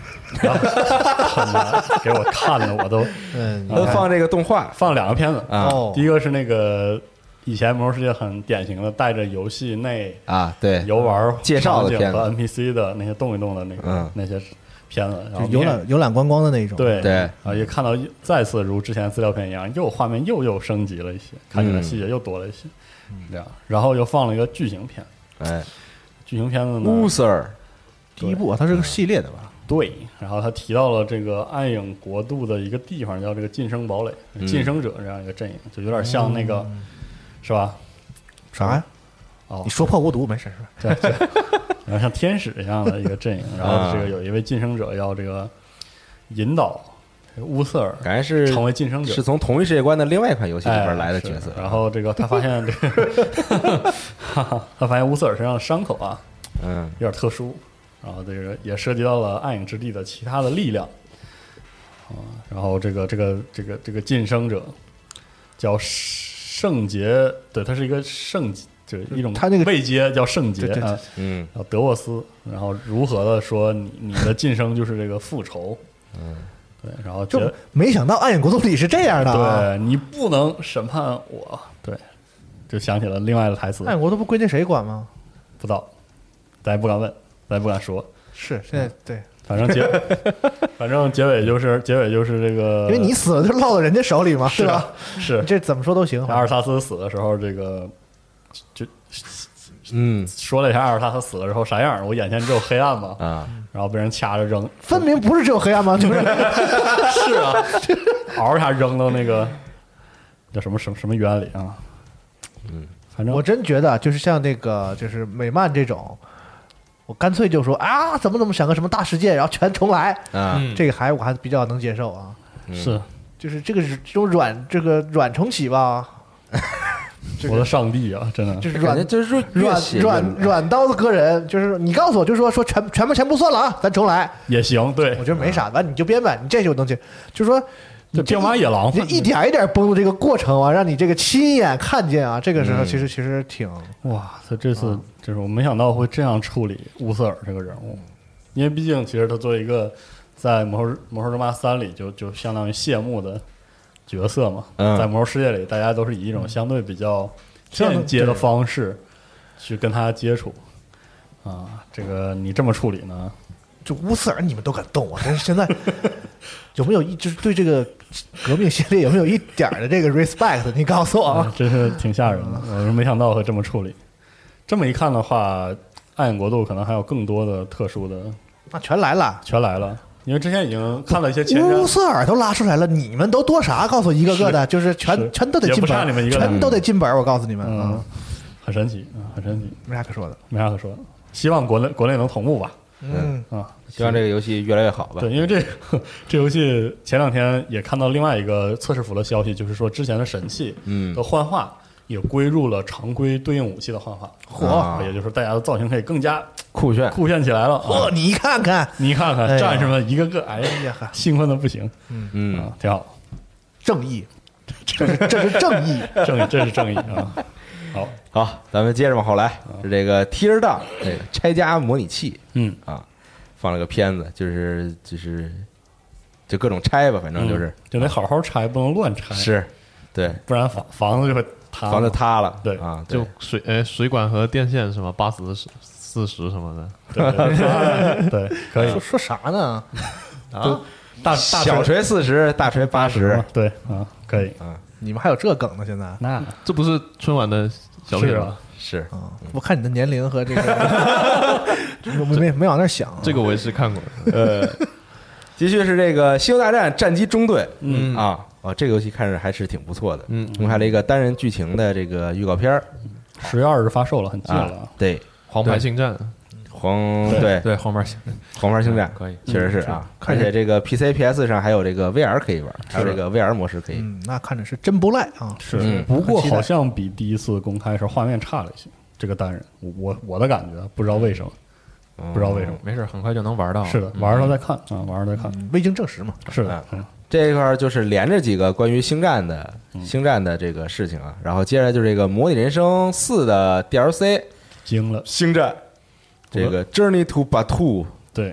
Speaker 3: 给我看的我都
Speaker 2: 放这个动画，
Speaker 3: 放2个片子
Speaker 2: 啊。
Speaker 3: 第一个是那个以前魔兽世界很典型的带着游戏内
Speaker 2: 啊对
Speaker 3: 游玩
Speaker 2: 介绍的片子
Speaker 3: 和 NPC 的那些动一动的那些片子，然后
Speaker 4: 游览观光的那种。
Speaker 3: 对啊，也看到再次如之前资料片一样，画面又升级了一些，看起来细节又多了一些，这样，然后又放了一个剧情片，剧情片子呢
Speaker 2: ，User
Speaker 4: 第一部它是个系列的吧？
Speaker 3: 对，然后他提到了这个暗影国度的一个地方叫这个晋升堡垒，晋升者这样一个阵营，就有点像那个，是吧？
Speaker 4: 啥呀？
Speaker 3: 哦，
Speaker 4: 你说破无毒没事是吧？
Speaker 3: 对，然后像天使一样的一个阵营，然后这个有一位晋升者要这个引导乌瑟尔，
Speaker 2: 感觉是
Speaker 3: 成为晋升者，
Speaker 2: 是从同一世界观的另外一款游戏里边来的角色。
Speaker 3: 然后这个他发现这个，他发现乌瑟尔身上的伤口啊，有点特殊。然后这个也涉及到了暗影之地的其他的力量，然后这个晋升者叫圣杰，对，他是一个圣，就是一种
Speaker 4: 他那个
Speaker 3: 位阶叫圣杰啊，
Speaker 2: 然
Speaker 3: 后德沃斯，然后如何的说你的晋升就是这个复仇，对，然后
Speaker 4: 就没想到暗影国度里是这样的，
Speaker 3: 对你不能审判我，对，就想起了另外的台词，
Speaker 4: 暗影国度不归那谁管吗？
Speaker 3: 不知道，咱也不敢问。咱不敢说，
Speaker 4: 是现在对，
Speaker 3: 反正结尾就是这个，
Speaker 4: 因为你死了就落到人家手里嘛，
Speaker 3: 是
Speaker 4: 吧？
Speaker 3: 是
Speaker 4: 这怎么说都行。
Speaker 3: 阿尔萨斯死的时候，这个就说了一下阿尔萨斯死了之后啥样，我眼前只有黑暗嘛然后被人掐着扔，
Speaker 4: 分明不是只有黑暗吗？就是
Speaker 3: 是啊，嗷一下扔到那个叫什么原理啊？反正
Speaker 4: 我真觉得就是像那个就是美漫这种。我干脆就说怎么想个什么大事件，然后全重来
Speaker 2: 啊！
Speaker 4: 这个我还比较能接受啊。
Speaker 3: 是，
Speaker 4: 就是这种软重启吧。
Speaker 3: 我的上帝啊，真的
Speaker 4: 就是软刀子割人，就是你告诉我，就说全部算了啊，咱重来
Speaker 3: 也行。对，
Speaker 4: 我觉得没啥，完你就编吧，你这就能去，就是说。
Speaker 3: 就兵马野狼，
Speaker 4: 就一点一点崩入这个过程啊，让你这个亲眼看见啊，这个时候其实挺
Speaker 3: 哇，他这次就是我没想到会这样处理乌瑟尔这个人物，因为毕竟其实他作为一个在魔兽争霸3里就相当于谢幕的角色嘛，在魔兽世界里大家都是以一种相对比较间接的方式去跟他接触啊，这个你这么处理呢？
Speaker 4: 就乌瑟尔你们都敢动啊！但是现在有没有就是对这个革命系列有没有一点的这个 respect？ 你告诉我啊！
Speaker 3: 真是挺吓人的，我是没想到会这么处理。这么一看的话，暗影国度可能还有更多的特殊的，
Speaker 4: 那全来了。
Speaker 3: 因为之前已经看了一些前瞻，
Speaker 4: 乌瑟尔都拉出来了，你们都多啥？告诉我一个个的，就是全都得进本，全都得进本。我告诉你们，
Speaker 3: 很神奇啊，很神奇，
Speaker 4: 没啥可说的。
Speaker 3: 希望国内能同步吧。
Speaker 2: 希望这个游戏越来越好吧。
Speaker 3: 对，因为这游戏前2天也看到另外一个测试服的消息，就是说之前的神器的幻化也归入了常规对应武器的幻化。也就是说大家的造型可以更加酷炫起来了。
Speaker 4: 你看看，
Speaker 3: 战士们一个个，哎呀，兴奋的不行。挺好，
Speaker 4: 正义，这是正义，
Speaker 3: 这是正义啊。
Speaker 2: 好，咱们接着往后来，是这个 Tear Down 这个拆家模拟器，放了个片子，就各种拆吧，反正
Speaker 3: 就得好好拆，不能乱拆，
Speaker 2: 是，对，
Speaker 3: 不然房子就会塌，
Speaker 2: 房子塌了，
Speaker 3: 对
Speaker 2: 啊，
Speaker 5: 就水管和电线什么80/40什么的，
Speaker 3: 对，可以
Speaker 4: 说啥呢？
Speaker 3: 啊，大
Speaker 2: 小锤40，大锤80，
Speaker 3: 对啊，可以
Speaker 2: 啊。
Speaker 4: 你们还有这梗呢？现在
Speaker 3: 那
Speaker 5: 这不是春晚的小品吗？
Speaker 2: 是
Speaker 4: 啊，我看你的年龄和这个，没往那想。
Speaker 5: 这个我也是看过。
Speaker 2: 继续是这个《星球大战：战机中队》。这个游戏看着还是挺不错的。公开了一个单人剧情的这个预告片
Speaker 3: ，10月20日发售了，很近了。
Speaker 2: 对，
Speaker 5: 黄牌星战。
Speaker 2: 对
Speaker 6: 黄牌
Speaker 2: 星战
Speaker 6: 可以，
Speaker 2: 确实是啊，而且这个 PC、PS 上还有这个 VR 可以玩，还有这个 VR 模式可以。
Speaker 4: 那看着是真不赖啊。
Speaker 3: 是，不过好像比第一次公开时画面差了一些。这个单人，我的感觉不知道为什么，
Speaker 6: 没事，很快就能玩到。
Speaker 3: 是的，玩的时候再看啊，玩的再看，
Speaker 4: 未经证实嘛。
Speaker 3: 是的，
Speaker 2: 这一块就是连着几个关于星战的这个事情啊，然后接下来就是这个《模拟人生4》的 DLC，
Speaker 3: 惊了，
Speaker 2: 星战。这个 Journey to Batuu，
Speaker 3: 对，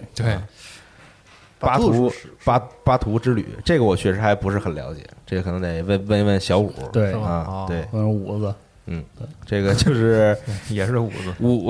Speaker 2: 巴图之旅，这个我确实还不是很了解，这个可能得问一问小五。
Speaker 3: 对
Speaker 2: 啊，对，
Speaker 3: 问五子，
Speaker 2: 对，这个就是
Speaker 6: 也是五子，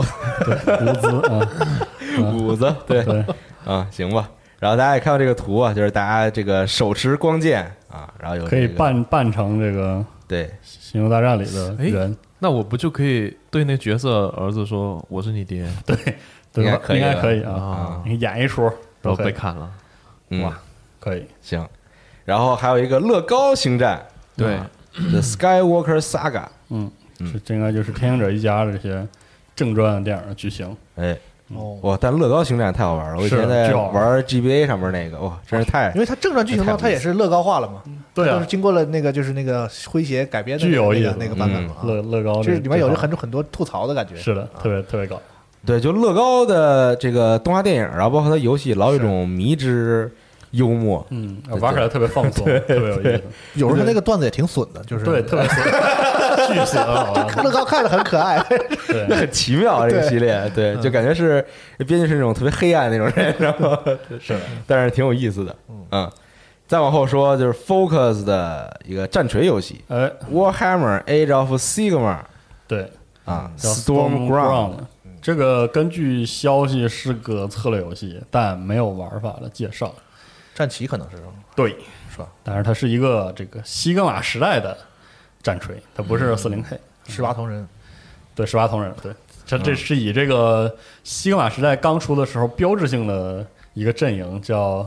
Speaker 2: 五子，对啊，行吧。然后大家也看到这个图啊，就是大家这个手持光剑啊，然后有
Speaker 3: 可以扮成这个
Speaker 2: 对《
Speaker 3: 星球大战》里的人。
Speaker 5: 那我不就可以对那角色儿子说我是你爹？
Speaker 3: 对，
Speaker 2: 应
Speaker 3: 该可以啊！你演一出
Speaker 5: 都被砍了，
Speaker 3: 哇，可以
Speaker 2: 行。然后还有一个乐高星战，
Speaker 5: 对
Speaker 2: ，The Skywalker Saga，
Speaker 3: 这应该就是天行者一家的这些正传电影的剧情。
Speaker 2: 哇！但乐高星战太好玩了，我以前在玩 GBA 上面那个，哇，真是
Speaker 4: 因为它正传剧情呢，它也是乐高化了嘛。
Speaker 3: 对啊，
Speaker 4: 都是经过了那个就是那个诙谐改编的那个版本嘛。
Speaker 3: 乐高
Speaker 4: 就是里面有很多吐槽的感觉。
Speaker 3: 是的，特别搞。
Speaker 2: 对，就乐高的这个动画电影，然后包括它游戏，老有一种迷之幽默，
Speaker 3: 玩起来特别放松，特别有意思。
Speaker 4: 有时候那个段子也挺损的，就是
Speaker 3: 对，特别损，巨损。
Speaker 4: 乐高看着很可爱，
Speaker 2: 那很奇妙这个系列，对，就感觉是编剧是那种特别黑暗那种人，然后
Speaker 3: 是，
Speaker 2: 但是挺有意思的，再往后说就是 Focus 的一个战锤游戏，Warhammer Age of Sigmar，
Speaker 3: 对
Speaker 2: 啊
Speaker 3: ，Stormground， 这个根据消息是个策略游戏，但没有玩法的介绍。
Speaker 4: 战旗可能是
Speaker 3: 对，
Speaker 4: 是吧？
Speaker 3: 但是它是一个这个西格玛时代的战锤，它不是40K，
Speaker 4: 18铜人，
Speaker 3: 对，18铜人，对，这是以这个西格玛时代刚出的时候标志性的一个阵营叫。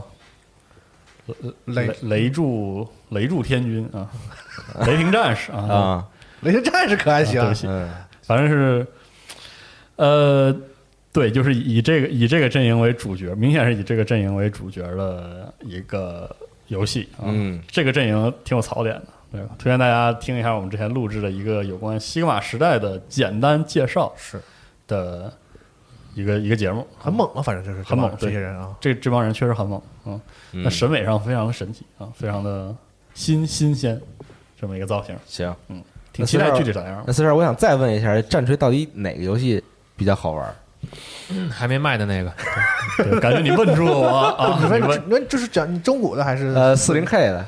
Speaker 3: 雷柱天军啊，雷霆战士啊，
Speaker 4: 雷霆战士可还行，
Speaker 3: 对不起，反正是，对，就是以这个阵营为主角，明显是以这个阵营为主角的一个游戏啊，这个阵营挺有槽点的。对，推荐大家听一下我们之前录制的一个有关西格玛时代的简单介绍的一个节目，
Speaker 4: 很猛啊，反正就是
Speaker 3: 很猛，
Speaker 4: 这些人啊，
Speaker 3: 这帮人确实很猛啊，那审美上非常的神奇啊，非常的新鲜，这么一个造型。
Speaker 2: 行，
Speaker 3: 挺期待具体啥样。
Speaker 2: 那40，我想再问一下，战锤到底哪个游戏比较好玩？
Speaker 6: 还没卖的那个，
Speaker 3: 对，感觉你问住了我啊！
Speaker 4: 那就是讲中古的还是
Speaker 2: 40K 的？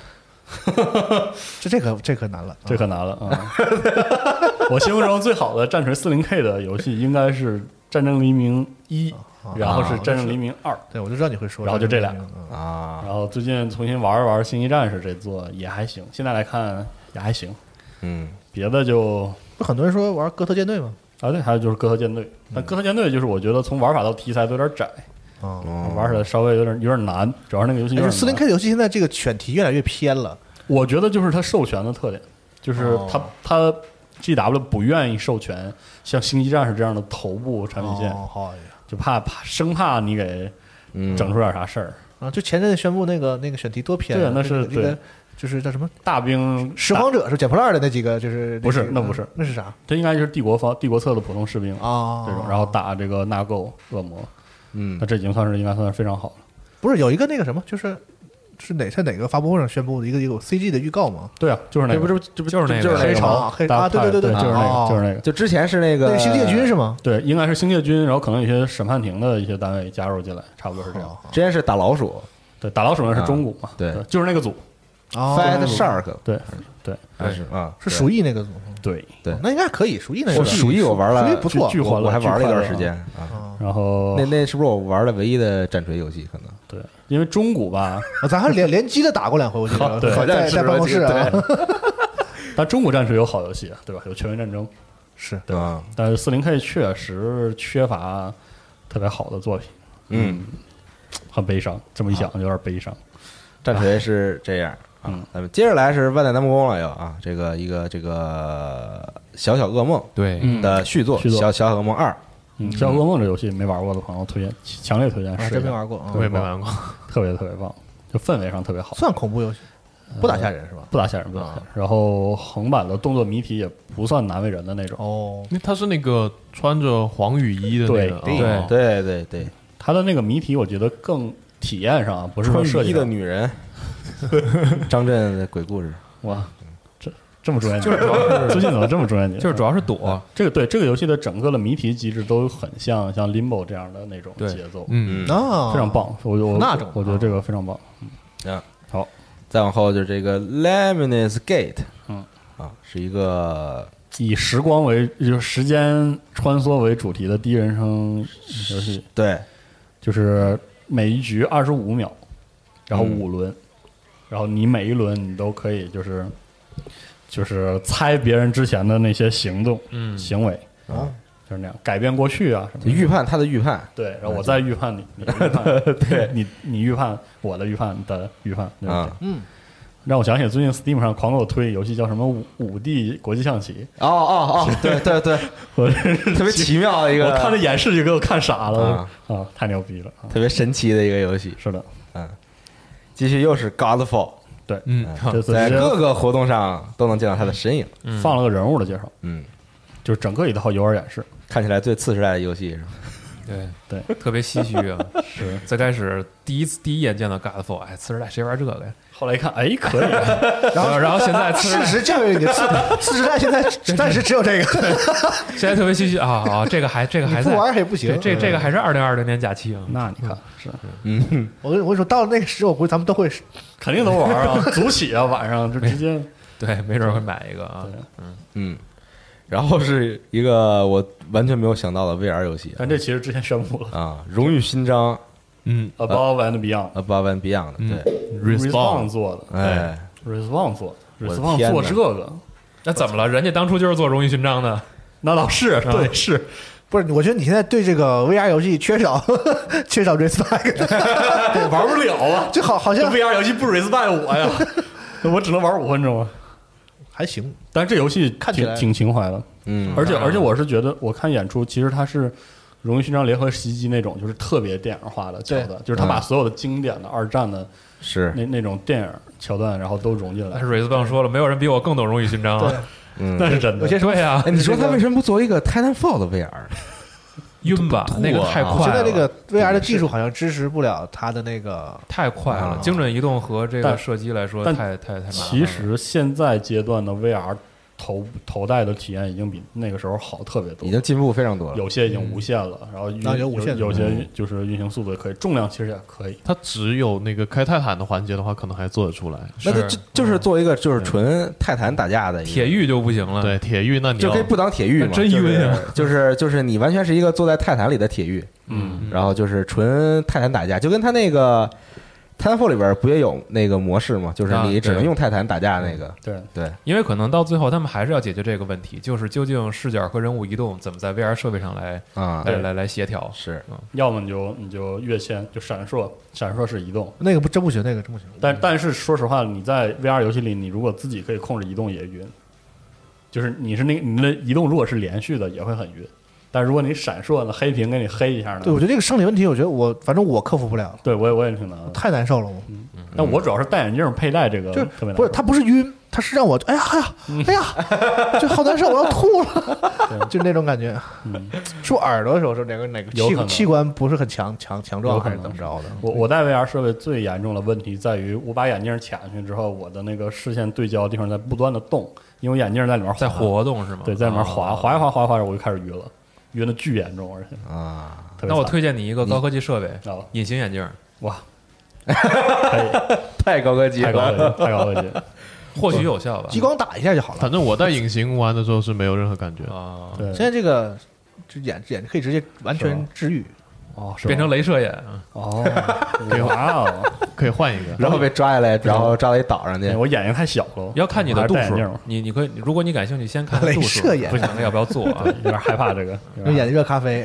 Speaker 4: 这可难了，
Speaker 3: 这可难了啊！我心目中最好的战锤40K 的游戏应该是《战争黎明1》，然后是《战争黎明2》。
Speaker 4: 对，我就知道你会说，
Speaker 3: 然后就这俩
Speaker 2: 啊。
Speaker 3: 然后最近重新玩《星际战士》这座也还行，现在来看也还行。别的就
Speaker 4: 很多人说玩哥特舰队嘛。
Speaker 3: 啊，对，还有就是哥特舰队，但哥特舰队就是我觉得从玩法到题材都有点窄，玩起来稍微有点难，主要是那个游戏有点难。
Speaker 4: 40K 游戏现在这个选题越来越偏了，
Speaker 3: 我觉得就是它授权的特点，就是它 GW 不愿意授权像星际战士这样的头部产品线，就生怕你给整出点啥事儿
Speaker 4: 啊。就前阵子宣布那个选题多偏，
Speaker 3: 对，那是
Speaker 4: 对。就是叫什么
Speaker 3: 大兵
Speaker 4: 拾荒者是捡破烂的那几个，就是
Speaker 3: 不是那不是
Speaker 4: 那是啥？
Speaker 3: 这应该就是帝国侧的普通士兵
Speaker 4: 啊，
Speaker 3: 这种，然后打这个纳垢恶魔，那这已经应该算是非常好了。
Speaker 4: 不是有一个那个什么，是在哪个发布会上宣布的一个有 CG 的预告吗？
Speaker 3: 对啊，就是那个，
Speaker 6: 这不就是那个
Speaker 3: 黑潮
Speaker 4: 啊？对，
Speaker 3: 就是那个，
Speaker 2: 就之前是那个
Speaker 4: 星界军是吗？
Speaker 3: 对，应该是星界军，然后可能有些审判庭的一些单位加入进来，差不多是这样。
Speaker 2: 之前是打老鼠，
Speaker 3: 对，打老鼠那是中古嘛？
Speaker 2: 对，
Speaker 3: 就是那个组。
Speaker 2: Fight Shark，
Speaker 3: 对，
Speaker 2: 是啊，
Speaker 4: 是鼠疫那个组，
Speaker 3: 对，
Speaker 4: 那应该可以。鼠疫那个
Speaker 2: 鼠疫我玩了，
Speaker 4: 鼠疫不错，
Speaker 3: 巨欢乐，
Speaker 2: 我还玩了一段时间
Speaker 3: 啊。然后
Speaker 2: 那是不是我玩的唯一的战锤游戏？可能
Speaker 3: 对，因为中古吧，
Speaker 4: 咱还联机的打过2回，我记得，
Speaker 3: 对，
Speaker 4: 在办公室啊。
Speaker 3: 但中古战锤有好游戏，对吧？有《全面战争》，
Speaker 4: 是
Speaker 3: 对吧？但是40K 确实缺乏特别好的作品，很悲伤。这么一想，有点悲伤。
Speaker 2: 战锤是这样。咱们接着来是万代南梦宫了，又啊，这个小小噩梦的续作《小小噩梦2》。
Speaker 3: 小小噩梦这游戏没玩过的朋友强烈推荐，
Speaker 4: 真没玩过，
Speaker 6: 我也没玩过，
Speaker 3: 特别特别棒，就氛围上特别好。
Speaker 4: 算恐怖游戏，不打吓人是吧？
Speaker 3: 不打吓人。然后横版的动作谜题也不算难为人的那种。
Speaker 5: 因为他是那个穿着黄雨衣的那个，
Speaker 2: 对，
Speaker 3: 他的那个谜题我觉得更体验上不是说设计
Speaker 2: 的女人。张震的鬼故事，
Speaker 3: 哇，这么专业，就是主要是最近怎么这么专业？
Speaker 6: 就是主要是躲
Speaker 3: 这个，对这个游戏的整个的谜题机制都很像 Limbo 这样的那种节奏，非常棒。我觉得这个非常棒。好，
Speaker 2: 再往后就是这个 Lemnis Gate，是一个
Speaker 3: 以时光就是时间穿梭为主题的第一人称游戏。
Speaker 2: 对，
Speaker 3: 就是每一局25秒，然后5轮。然后你每一轮你都可以就是猜别人之前的那些行动、行为就是那样改变过去啊什么，
Speaker 2: 预判他的预判，
Speaker 3: 对，然后我再预判你预判，对你预判我的预判的预判，让我想起最近 Steam 上狂给我推游戏叫什么5D 国际象棋。
Speaker 2: 对，
Speaker 3: 我
Speaker 2: 特别奇妙的一个，
Speaker 3: 我看那演示就给我看傻了太牛逼了，
Speaker 2: 特别神奇的一个游戏。
Speaker 3: 是的，
Speaker 2: 继续又是 Godfall，
Speaker 3: 对，
Speaker 2: 在各个活动上都能见到他的身影，
Speaker 3: 放了个人物的介绍，就是整个一套游玩演示，
Speaker 2: 看起来最次时代的游戏是吧？
Speaker 3: 对，
Speaker 6: 特别唏嘘啊！
Speaker 3: 是
Speaker 6: 最开始第一眼见到 Godfall，次时代谁玩这个呀？
Speaker 3: 后来一看，哎，可以。
Speaker 6: 然后现在
Speaker 4: 事实教育你，次时代现在暂时只有这个。
Speaker 6: 现在特别唏嘘啊！这个还
Speaker 4: 不玩也不行。
Speaker 6: 这个还是2020年假期啊！
Speaker 3: 那你看是，
Speaker 4: 我跟你说，到了那个时候，我估计咱们都会，
Speaker 3: 肯定都玩啊，组起啊，晚上就直接
Speaker 6: 对，没准会买一个啊。
Speaker 2: 然后是一个我完全没有想到的 VR 游戏，
Speaker 3: 但这其实之前宣布了
Speaker 2: 啊，荣誉勋章
Speaker 3: ，Above and Beyond，Above
Speaker 2: and Beyond，对
Speaker 3: ，Respawn 做的，Respawn 做这个，
Speaker 6: 那怎么了？人家当初就是做荣誉勋章的，
Speaker 3: 那倒是，对，是
Speaker 4: 不是？我觉得你现在对这个 VR 游戏缺少 respect，
Speaker 3: 玩不了啊，
Speaker 4: 就好像
Speaker 3: VR 游戏不 respect 我呀，我只能玩5分钟啊。
Speaker 4: 还行，
Speaker 3: 但是这游戏
Speaker 4: 看起来
Speaker 3: 挺情怀的，而且我是觉得，我看演出其实它是荣誉勋章联合袭击那种就是特别电影化的桥段，就是他把所有的经典的二战的
Speaker 2: 是
Speaker 3: 那种电影桥段，然后都融进来。
Speaker 6: 但是瑞斯邦说了，没有人比我更懂荣誉勋章啊。
Speaker 3: 那是真的。
Speaker 6: 对呀，
Speaker 2: 你说他为什么不做一个 Titanfall 的 VR？
Speaker 6: 晕吧，那个太快了。
Speaker 4: 现在这个 VR 的技术好像支持不了它的那个，
Speaker 6: 太快了。精准移动和这个射击来说，太麻烦了。
Speaker 3: 其实现在阶段的 VR。头戴的体验已经比那个时候好特别多，
Speaker 2: 已经进步非常多了。
Speaker 3: 有些已经无线了，然后有些就是运行速度也可以，重量其实也可以。
Speaker 5: 它只有那个开泰坦的环节的话，可能还做得出来。
Speaker 2: 那就是做一个就是纯泰坦打架的
Speaker 6: 铁狱就不行了。
Speaker 5: 对，铁狱那你
Speaker 2: 就可以不当铁狱嘛，
Speaker 6: 真晕啊！
Speaker 2: 就是你完全是一个坐在泰坦里的铁狱，然后就是纯泰坦打架，就跟他那个。Titanfall 里边不也有那个模式吗？就是你只能用泰坦打架那个。
Speaker 3: 对，
Speaker 6: 因为可能到最后他们还是要解决这个问题，就是究竟视角和人物移动怎么在 VR 设备上来协调。
Speaker 2: 是，
Speaker 3: 要么你就跃迁，就闪烁式移动，
Speaker 4: 那个真不行，那个真不行。
Speaker 3: 但是说实话，你在 VR 游戏里，你如果自己可以控制移动也晕，就是你的移动如果是连续的也会很晕。但如果你闪烁呢，黑屏给你黑一下呢？
Speaker 4: 对，我觉得这个生理问题，我觉得反正我克服不了。
Speaker 3: 对，我也挺难的，
Speaker 4: 太难受了。
Speaker 3: 但我主要是戴眼镜佩戴这个，特别难。
Speaker 4: 不是，它不是晕，它是让我哎呀，就好难受，我要吐了，就那种感觉。是我耳朵的时候是哪个器官不是很强壮，还是怎么着的？
Speaker 3: 我戴 VR 设备最严重的问题在于，我把眼镜卡进去之后，我的那个视线对焦的地方在不断的动，因为眼镜在里面
Speaker 6: 在活动是吗？
Speaker 3: 对，在里面滑一滑，我就开始晕了。晕的巨严重，而且
Speaker 6: 那我推荐你一个高科技设备，隐形眼镜。
Speaker 3: 哇，
Speaker 2: 太高科技了，
Speaker 3: 太高科技，
Speaker 6: 或许有效吧，
Speaker 4: 激光打一下就好了。
Speaker 5: 反正我戴隐形玩的时候是没有任何感觉
Speaker 6: 啊。
Speaker 3: 对，
Speaker 4: 现在这个眼可以直接完全治愈。
Speaker 6: 变成镭射眼
Speaker 5: 可以换一个，
Speaker 2: 然后被抓下来，然后抓到一岛上去。
Speaker 3: 我眼睛太小了，
Speaker 6: 要看你的度数。你可以，如果你感兴趣，先看度数。不行，要不要做啊？
Speaker 3: 有点害怕这个。
Speaker 4: 用眼睛热咖啡，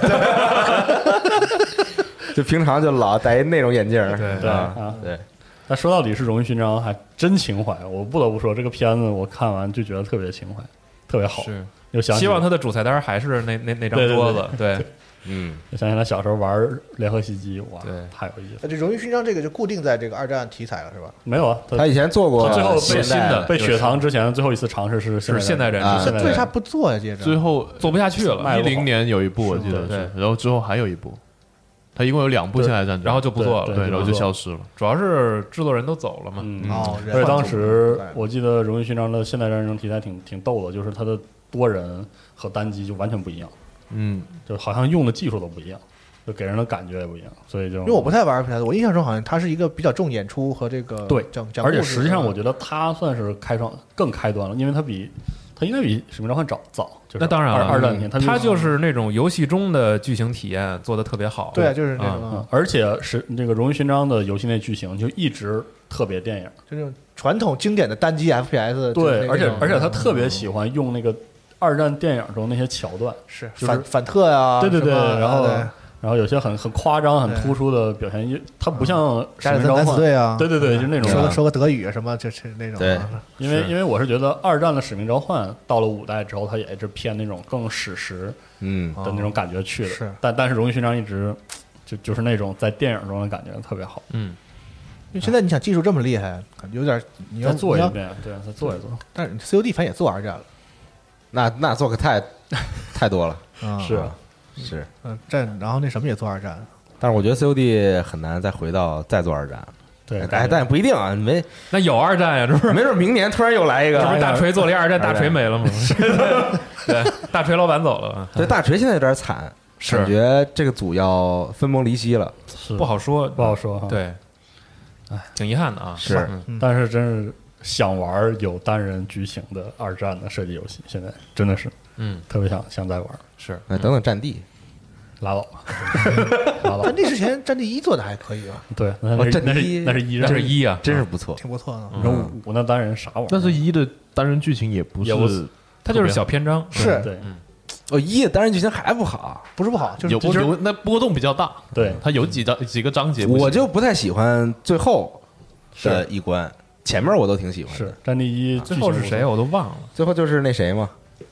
Speaker 2: 就平常就老戴那种眼镜。
Speaker 3: 对。但说到底是荣誉勋章，还真情怀。我不得不说，这个片子我看完就觉得特别情怀，特别好。
Speaker 6: 是，
Speaker 3: 又想
Speaker 6: 希望他的主菜单还是那张桌子。对。
Speaker 3: 我想起来小时候玩联合袭击，哇，
Speaker 6: 对，
Speaker 3: 太有意思。
Speaker 4: 这荣誉勋章这个就固定在这个二战题材了，是吧？
Speaker 3: 没有啊，
Speaker 2: 他以前做过，
Speaker 3: 最后
Speaker 2: 被
Speaker 3: 血糖之前的最后一次尝试是
Speaker 6: 现代人，
Speaker 4: 为啥不做呀？接着
Speaker 5: 最后
Speaker 6: 做不下去了。
Speaker 5: 10年有一部我记得是，然后之后还有一部，他一共有2部现代战争，
Speaker 6: 然后就不做了，
Speaker 5: 对，然后就消失了。
Speaker 6: 主要是制作人都走了嘛。
Speaker 3: 而且当时我记得荣誉勋章的现代战争题材挺逗的，就是它的多人和单机就完全不一样，就好像用的技术都不一样。就给人的感觉也不一样，所以就
Speaker 4: 因为我不太玩 FPS，我印象中好像它是一个比较重演出和这个
Speaker 3: 对
Speaker 4: 讲
Speaker 3: 而且实际上我觉得它算是更开端了，因为它应该比《使命召唤》早，就是
Speaker 6: 那当然了，
Speaker 3: 二战片
Speaker 6: 它就是那种游戏中的剧情体验做得特别好，
Speaker 4: 对，就是那种，
Speaker 3: 而且是这个荣誉勋章的游戏内剧情就一直特别电影，
Speaker 4: 就那种传统经典的单机 FPS，
Speaker 3: 对，而且他特别喜欢用那个二战电影中那些桥段，
Speaker 4: 是反特呀，
Speaker 3: 对，然后有些很夸张、很突出的表现，它不像使命召唤
Speaker 4: 队啊，
Speaker 3: 对，就是那种
Speaker 4: 说个德语什么，就是那种。
Speaker 2: 对，
Speaker 3: 因为我是觉得二战的使命召唤到了5代之后，它也一直偏那种更史实的那种感觉去的。
Speaker 4: 是，
Speaker 3: 但是荣誉勋章一直就是那种在电影中的感觉特别好。
Speaker 4: 因为现在你想技术这么厉害，有点你要
Speaker 3: 再做一遍，对，再做一做。
Speaker 4: 但是 COD 反正也做二战了，
Speaker 2: 那做可太多了，
Speaker 3: 是，
Speaker 4: 然后那什么也做二战，
Speaker 2: 但是我觉得 COD 很难再做二战。
Speaker 3: 对，
Speaker 2: 但也不一定啊，
Speaker 6: 那有二战呀，这不是？
Speaker 2: 没准明年突然又来一个。
Speaker 6: 这不是大锤做了一二战，大锤没了吗？对，大锤老板走了。
Speaker 2: 对，大锤现在有点惨，感觉这个组要分崩离析了，
Speaker 6: 不好说
Speaker 3: 哈。
Speaker 6: 对，哎，挺遗憾的啊。
Speaker 2: 是，
Speaker 3: 但是真是想玩有单人剧情的二战的射击游戏，现在真的是，特别想再玩。
Speaker 6: 是，
Speaker 2: 等等战地，
Speaker 3: 拉倒吧。
Speaker 4: 战地之前战地1做的还可以吧？
Speaker 3: 对，
Speaker 2: 战地
Speaker 3: 那是
Speaker 6: 1啊，
Speaker 2: 真是不错，
Speaker 4: 挺不错的。
Speaker 3: 你说5那单人啥玩意儿？
Speaker 5: 但是1的单人剧情也不是，
Speaker 6: 它就是小篇章。
Speaker 3: 是，对，
Speaker 2: 1的单人剧情还不好，
Speaker 4: 不是不好，就是
Speaker 5: 有那波动比较大。
Speaker 3: 对，
Speaker 5: 它有几个章节，
Speaker 2: 我就不太喜欢最后的一关，前面我都挺喜欢的。
Speaker 3: 是战地1
Speaker 6: 最后是谁我都忘了，
Speaker 2: 最后就是那谁嘛。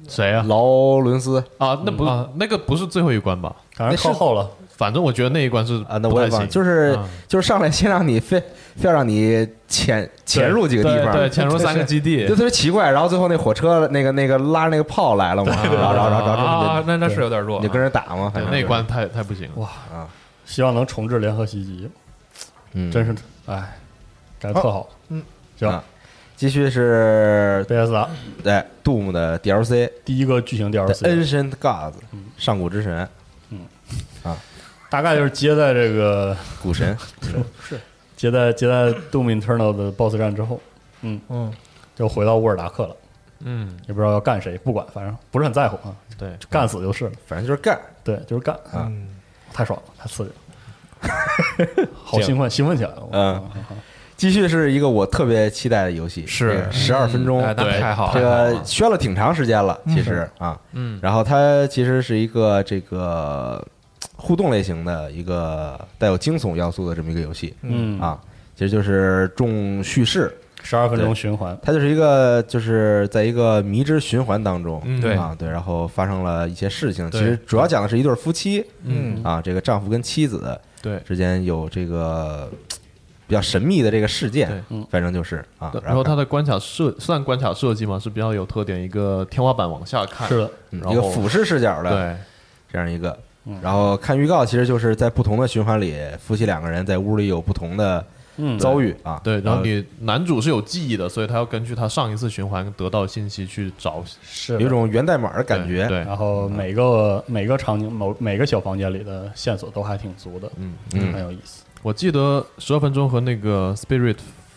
Speaker 5: 谁啊？
Speaker 2: 劳伦斯
Speaker 5: 啊，那不那个不是最后一关吧？
Speaker 3: 反正靠后了。
Speaker 5: 反正我觉得那一关是
Speaker 2: 啊，那我也忘，就是上来先让你非要让你潜入几个地方，
Speaker 5: 对，潜入3个基地，
Speaker 2: 就特别奇怪。然后最后那火车那个拉着那个炮来了嘛，然后
Speaker 6: 那是有点弱，
Speaker 2: 你就跟人打嘛，
Speaker 5: 那一关太不行了。
Speaker 3: 哇啊！希望能重置联合袭击，真是哎，改得特好。行，
Speaker 2: 继续是
Speaker 3: 贝斯达
Speaker 2: 对 Doom 的 DLC
Speaker 3: 第一个剧情 DLC
Speaker 2: Ancient Gods 上古之神，
Speaker 3: 大概就是接在这个
Speaker 2: 古神
Speaker 3: 是接在 Doom Eternal 的 BOSS 战之后，就回到沃尔达克了，也不知道要干谁，不管，反正不是很在乎啊，
Speaker 5: 对，
Speaker 3: 干死就是了，
Speaker 2: 反正就是干，
Speaker 3: 对，就是干啊，太爽了，太刺激了，好兴奋，兴奋起来了，
Speaker 2: 继续是一个我特别期待的游戏，
Speaker 6: 是
Speaker 2: 12分钟，
Speaker 6: 对，太好了，
Speaker 2: 这个宣了挺长时间了，其实然后它其实是一个这个互动类型的一个带有惊悚要素的这么一个游戏，其实就是重叙事
Speaker 3: ，12分钟循环，
Speaker 2: 它就是一个就是在一个迷之循环当中，
Speaker 6: 对，
Speaker 2: 然后发生了一些事情，其实主要讲的是一对夫妻，这个丈夫跟妻子之间有这个比较神秘的这个事件，反正就是
Speaker 5: 然后它的关卡算关卡设计嘛，是比较有特点，一个天花板往下看，
Speaker 3: 是的，
Speaker 2: 一个俯视视角的，
Speaker 5: 对，
Speaker 2: 这样一个。然后看预告，其实就是在不同的循环里，夫妻2个人在屋里有不同的遭遇
Speaker 5: 对，然后男主是有记忆的，所以他要根据他上一次循环得到信息去找，
Speaker 3: 是
Speaker 2: 有一种源代码的感觉。
Speaker 5: 对，
Speaker 3: 然后每个场景每个小房间里的线索都还挺足的，很有意思。
Speaker 5: 我记得12分钟和那个 Spirit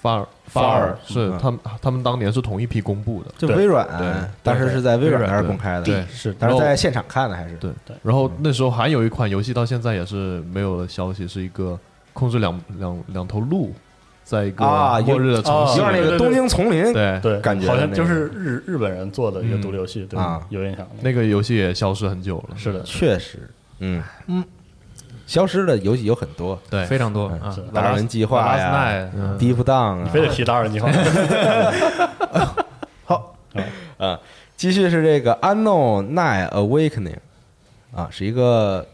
Speaker 5: Far 是他们当年是同一批公布的，
Speaker 2: 就微软，当时是在微软那儿公开的，
Speaker 5: 对，
Speaker 3: 是，
Speaker 2: 但是在现场看的还是
Speaker 5: 对。然后那时候还有一款游戏到现在也是没有了消息，是一个控制两头鹿，在一个末日的城市，
Speaker 2: 有点那个东京丛林，
Speaker 3: 对，
Speaker 2: 感觉
Speaker 3: 好像就是日本人做的一个独立游戏，对，有印象。
Speaker 5: 那个游戏也消失很久了，
Speaker 3: 是的，
Speaker 2: 确实，消失的游戏有很多，
Speaker 5: 对，
Speaker 6: 非常多
Speaker 2: 达尔文计划呀，Deep Down，
Speaker 3: 你非得提达尔文计划。
Speaker 2: 好继续是这个 Unknown Night Awakening，是一个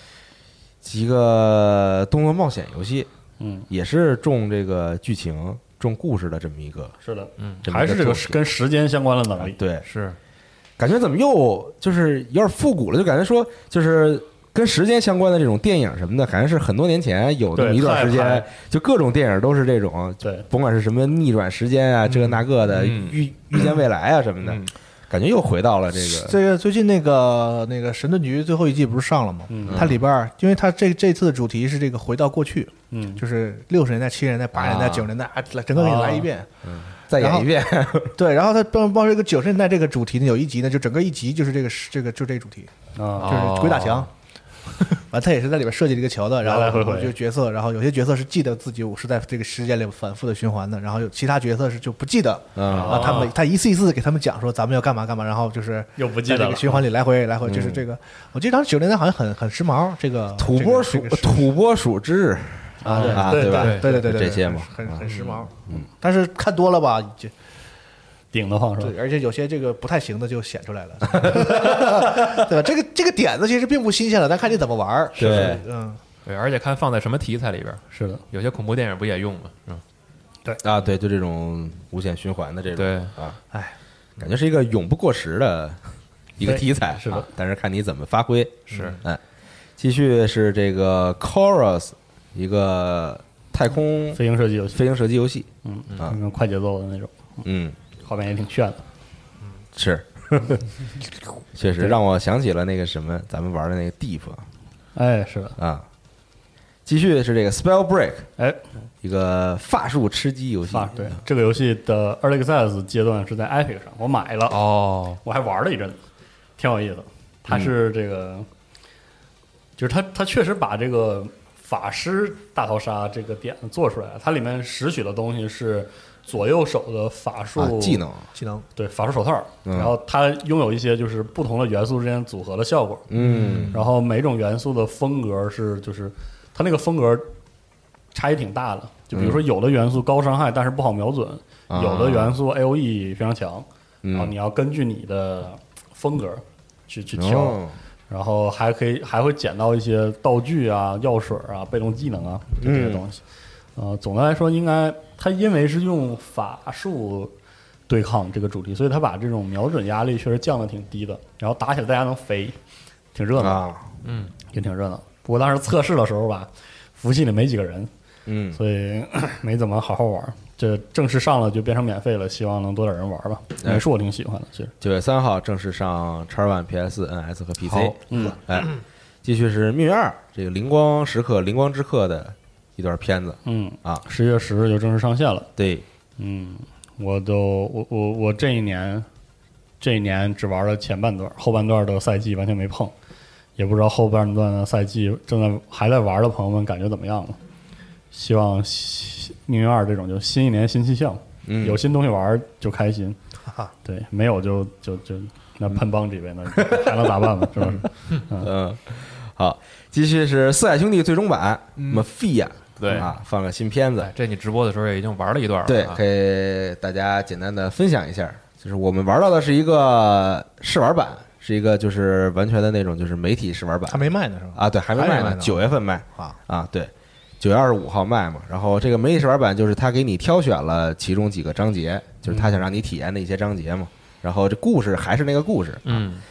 Speaker 2: 动作冒险游戏，也是重这个剧情、重故事的这么一个，
Speaker 3: 是的，还是这个跟时间相关的能力，
Speaker 2: 对，
Speaker 6: 是，
Speaker 2: 感觉怎么又就是有点复古了，就感觉说就是跟时间相关的这种电影什么的，好像是很多年前有那么一段时间，就各种电影都是这种，
Speaker 3: 对，
Speaker 2: 甭管是什么逆转时间啊，这那个的，预见未来啊什么的，感觉又回到了这
Speaker 4: 个最近那个神盾局最后一季不是上了吗？它里边因为它这次的主题是这个回到过去，就是60年代、70年代、80年代、90年代，整个给你来一遍，
Speaker 2: 再演一遍。
Speaker 4: 对，然后它包括这个90年代这个主题呢，有一集呢，就整个一集就是这个主题就是鬼打墙。完，他也是在里边设计了一个桥段，然后就角色，然后有些角色是记得自己是在这个时间里反复的循环的，然后有其他角色是就不记得，他一次一次的给他们讲说咱们要干嘛干嘛，然后就是
Speaker 3: 又不记得了，
Speaker 4: 这个循环里来回，就是这个，我记得当时90年代好像很时髦，这个
Speaker 2: 土拨鼠之日
Speaker 4: 对
Speaker 2: 吧？
Speaker 4: 对，
Speaker 2: 这些嘛，
Speaker 4: 很时髦，但是看多了吧就。
Speaker 3: 顶得慌是吧？
Speaker 4: 对，而且有些这个不太行的就显出来了，对吧？这个点子其实并不新鲜了，但看你怎么玩。
Speaker 2: 对，
Speaker 6: 对，而且看放在什么题材里边。
Speaker 3: 是的，
Speaker 6: 有些恐怖电影不也用吗？
Speaker 3: 对
Speaker 2: 对，就这种无限循环的这种，
Speaker 6: 对
Speaker 2: 感觉是一个永不过时的一个题材，
Speaker 3: 是的，
Speaker 2: 但是看你怎么发挥。
Speaker 6: 是，
Speaker 2: 继续是这个 Chorus， 一个太空
Speaker 3: 飞行射击
Speaker 2: 游戏，
Speaker 3: 快节奏的那种，画面也挺炫的，
Speaker 2: 是，确实让我想起了那个什么，咱们玩的那个 Deep，
Speaker 3: 是的
Speaker 2: 继续是这个 Spellbreak， 一个法术吃鸡游戏。
Speaker 3: 对，这个游戏的 Early Access 阶段是在 Epic 上，我买了我还玩了一阵子，挺有意思的。它是这个，就是它确实把这个法师大逃杀这个点子做出来了，它里面拾取的东西是左右手的法术
Speaker 2: 技能，
Speaker 3: 对，法术手套，然后它拥有一些就是不同的元素之间组合的效果，然后每种元素的风格就是它那个风格差异挺大的，就比如说有的元素高伤害但是不好瞄准，有的元素 AOE 非常强，然后你要根据你的风格去挑，然后还会捡到一些道具啊、药水啊、被动技能啊这些东西。总的来说，应该它因为是用法术对抗这个主题，所以它把这种瞄准压力确实降得挺低的，然后打起来大家能飞，挺热闹，也挺热闹。不过当时测试的时候吧，服务器里没几个人，所以没怎么好好玩。这正式上了就变成免费了，希望能多点人玩吧。美术我挺喜欢的，其实
Speaker 2: 9月3号正式上 X1、PS、NS 和 PC。继续是命运2这个灵光时刻、灵光之刻的一段片子。
Speaker 3: 10月10日就正式上线了。
Speaker 2: 对，
Speaker 3: 我这一年只玩了前半段，后半段的赛季完全没碰，也不知道后半段的赛季还在玩的朋友们感觉怎么样了。希望命运2这种就新一年新气象，有新东西玩就开心，对，没有就那喷帮几位那还能咋办嘛，是不是？
Speaker 2: 好，继续是四海兄弟最终版Mafia。
Speaker 6: 对
Speaker 2: 放个新片子，
Speaker 6: 这你直播的时候也已经玩了一段了。
Speaker 2: 对，给大家简单的分享一下，就是我们玩到的是一个试玩版，是一个就是完全的那种就是媒体试玩版，
Speaker 4: 还没卖呢是吧？
Speaker 2: 对，还没卖呢，9月份卖对，9月25号卖嘛。然后这个媒体试玩版就是他给你挑选了其中几个章节，就是他想让你体验的一些章节嘛。然后这故事还是那个故事，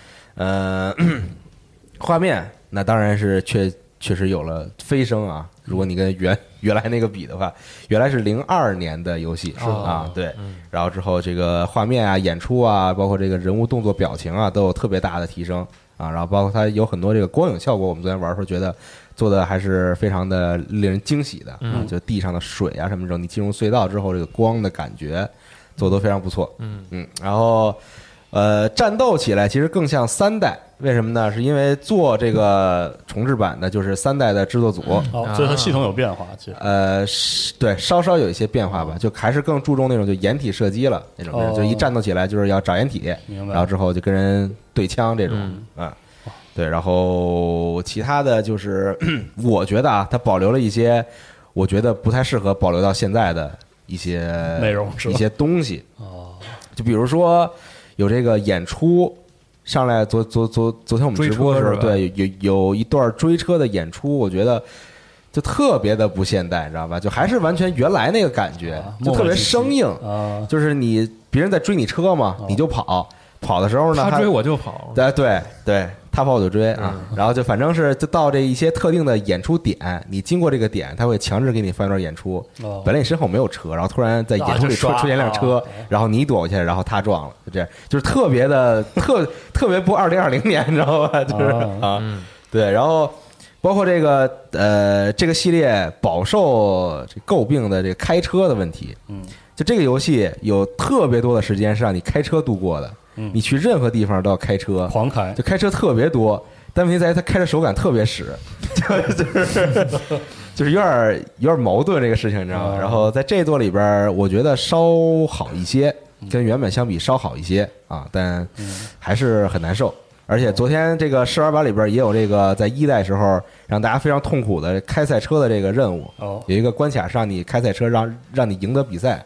Speaker 2: 画面那当然是确实有了飞升啊。如果你跟原来那个比的话，原来是02年的游戏对，然后之后这个画面啊、演出啊，包括这个人物动作、表情啊，都有特别大的提升然后包括它有很多这个光影效果，我们昨天玩的时候觉得做的还是非常的令人惊喜的就地上的水啊什么这种，你进入隧道之后这个光的感觉做的都非常不错。然后战斗起来其实更像3代，为什么呢？是因为做这个重制版的就是3代的制作组，
Speaker 3: 所以它系统有变化，其
Speaker 2: 实对，稍稍有一些变化吧，就还是更注重那种就掩体射击了那种，就一战斗起来就是要找掩体，然后之后就跟人对枪这种对，然后其他的就是我觉得它保留了一些我觉得不太适合保留到现在的一些
Speaker 3: 内容
Speaker 2: 一些东西就比如说有这个演出上来，昨天我们直播的时候，对，有一段追车的演出，我觉得就特别的不现代，你知道吧？就还是完全原来那个感觉，就特别生硬就是别人在追你车嘛，你就跑的时候呢，
Speaker 6: 他追我就跑，
Speaker 2: 对，他跑我就追然后就反正是就到这一些特定的演出点，你经过这个点，他会强制给你放一段演出。本来你身后没有车，然后突然在演出里出现一辆车，然后你躲过去，然后他撞了，就这样，就是特别的特别不2020年，你知道吧？就是对，然后包括这个系列饱受这诟病的这个开车的问题，就这个游戏有特别多的时间是让你开车度过的。你去任何地方都要开车，
Speaker 3: 狂开，
Speaker 2: 就开车特别多，但问题在于它开的手感特别屎，就是有点矛盾这个事情，你知道吗？然后在这座里边，我觉得稍好一些，跟原本相比稍好一些但还是很难受。而且昨天这个试玩版里边也有这个在1代时候让大家非常痛苦的开赛车的这个任务，有一个关卡是让你开赛车，让你赢得比赛。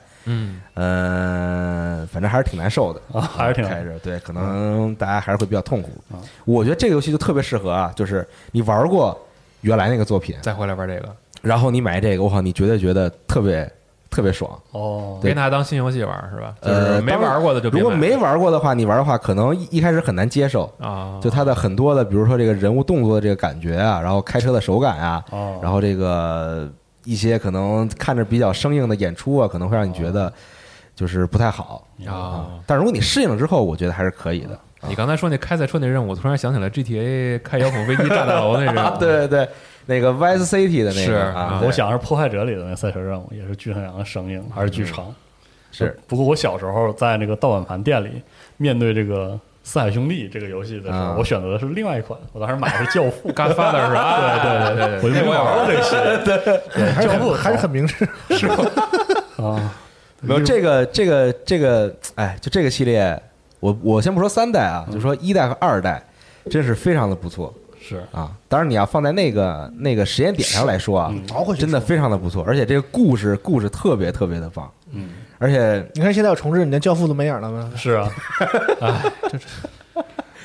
Speaker 2: 反正还是挺难受的
Speaker 3: 还是挺
Speaker 2: 开着，对，可能大家还是会比较痛苦我觉得这个游戏就特别适合就是你玩过原来那个作品，
Speaker 6: 再回来玩这个，
Speaker 2: 然后你买这个，我靠，你绝对觉得特别爽
Speaker 6: 别拿它当新游戏玩是吧？就是没玩过的就别买。
Speaker 2: 如果没玩过的话，你玩的话，可能一开始很难接受就它的很多的，比如说这个人物动作的这个感觉然后开车的手感然后这个。一些可能看着比较生硬的演出可能会让你觉得就是不太好但如果你适应了之后，我觉得还是可以的。
Speaker 6: 你刚才说那开赛车那任务，我突然想起来 GTA 开遥控飞机炸大楼那任务
Speaker 2: 对，那个 Vice City 的那个
Speaker 3: 我想是破坏者里的那赛车任务，也是巨他娘的生硬，还是巨长
Speaker 2: 是。
Speaker 3: 不过我小时候在那个盗版盘店里面对这个四海兄弟这个游戏的时候，我选择的是另外一款，我当时买的是教父
Speaker 6: Godfather 是吧？
Speaker 3: 对，我就没玩过这个系列。
Speaker 4: 对，教父还是很明智，
Speaker 3: 是吧？
Speaker 2: 没有这个，哎，就这个系列，我先不说3代就说1代和2代，真是非常的不错。
Speaker 3: 是
Speaker 2: 当然你要放在那个时间点上来说真的非常的不错，而且这个故事特别特别的棒。而且
Speaker 4: 你看现在有重置，你连教父都没影了吗？
Speaker 3: 是啊，
Speaker 4: 就是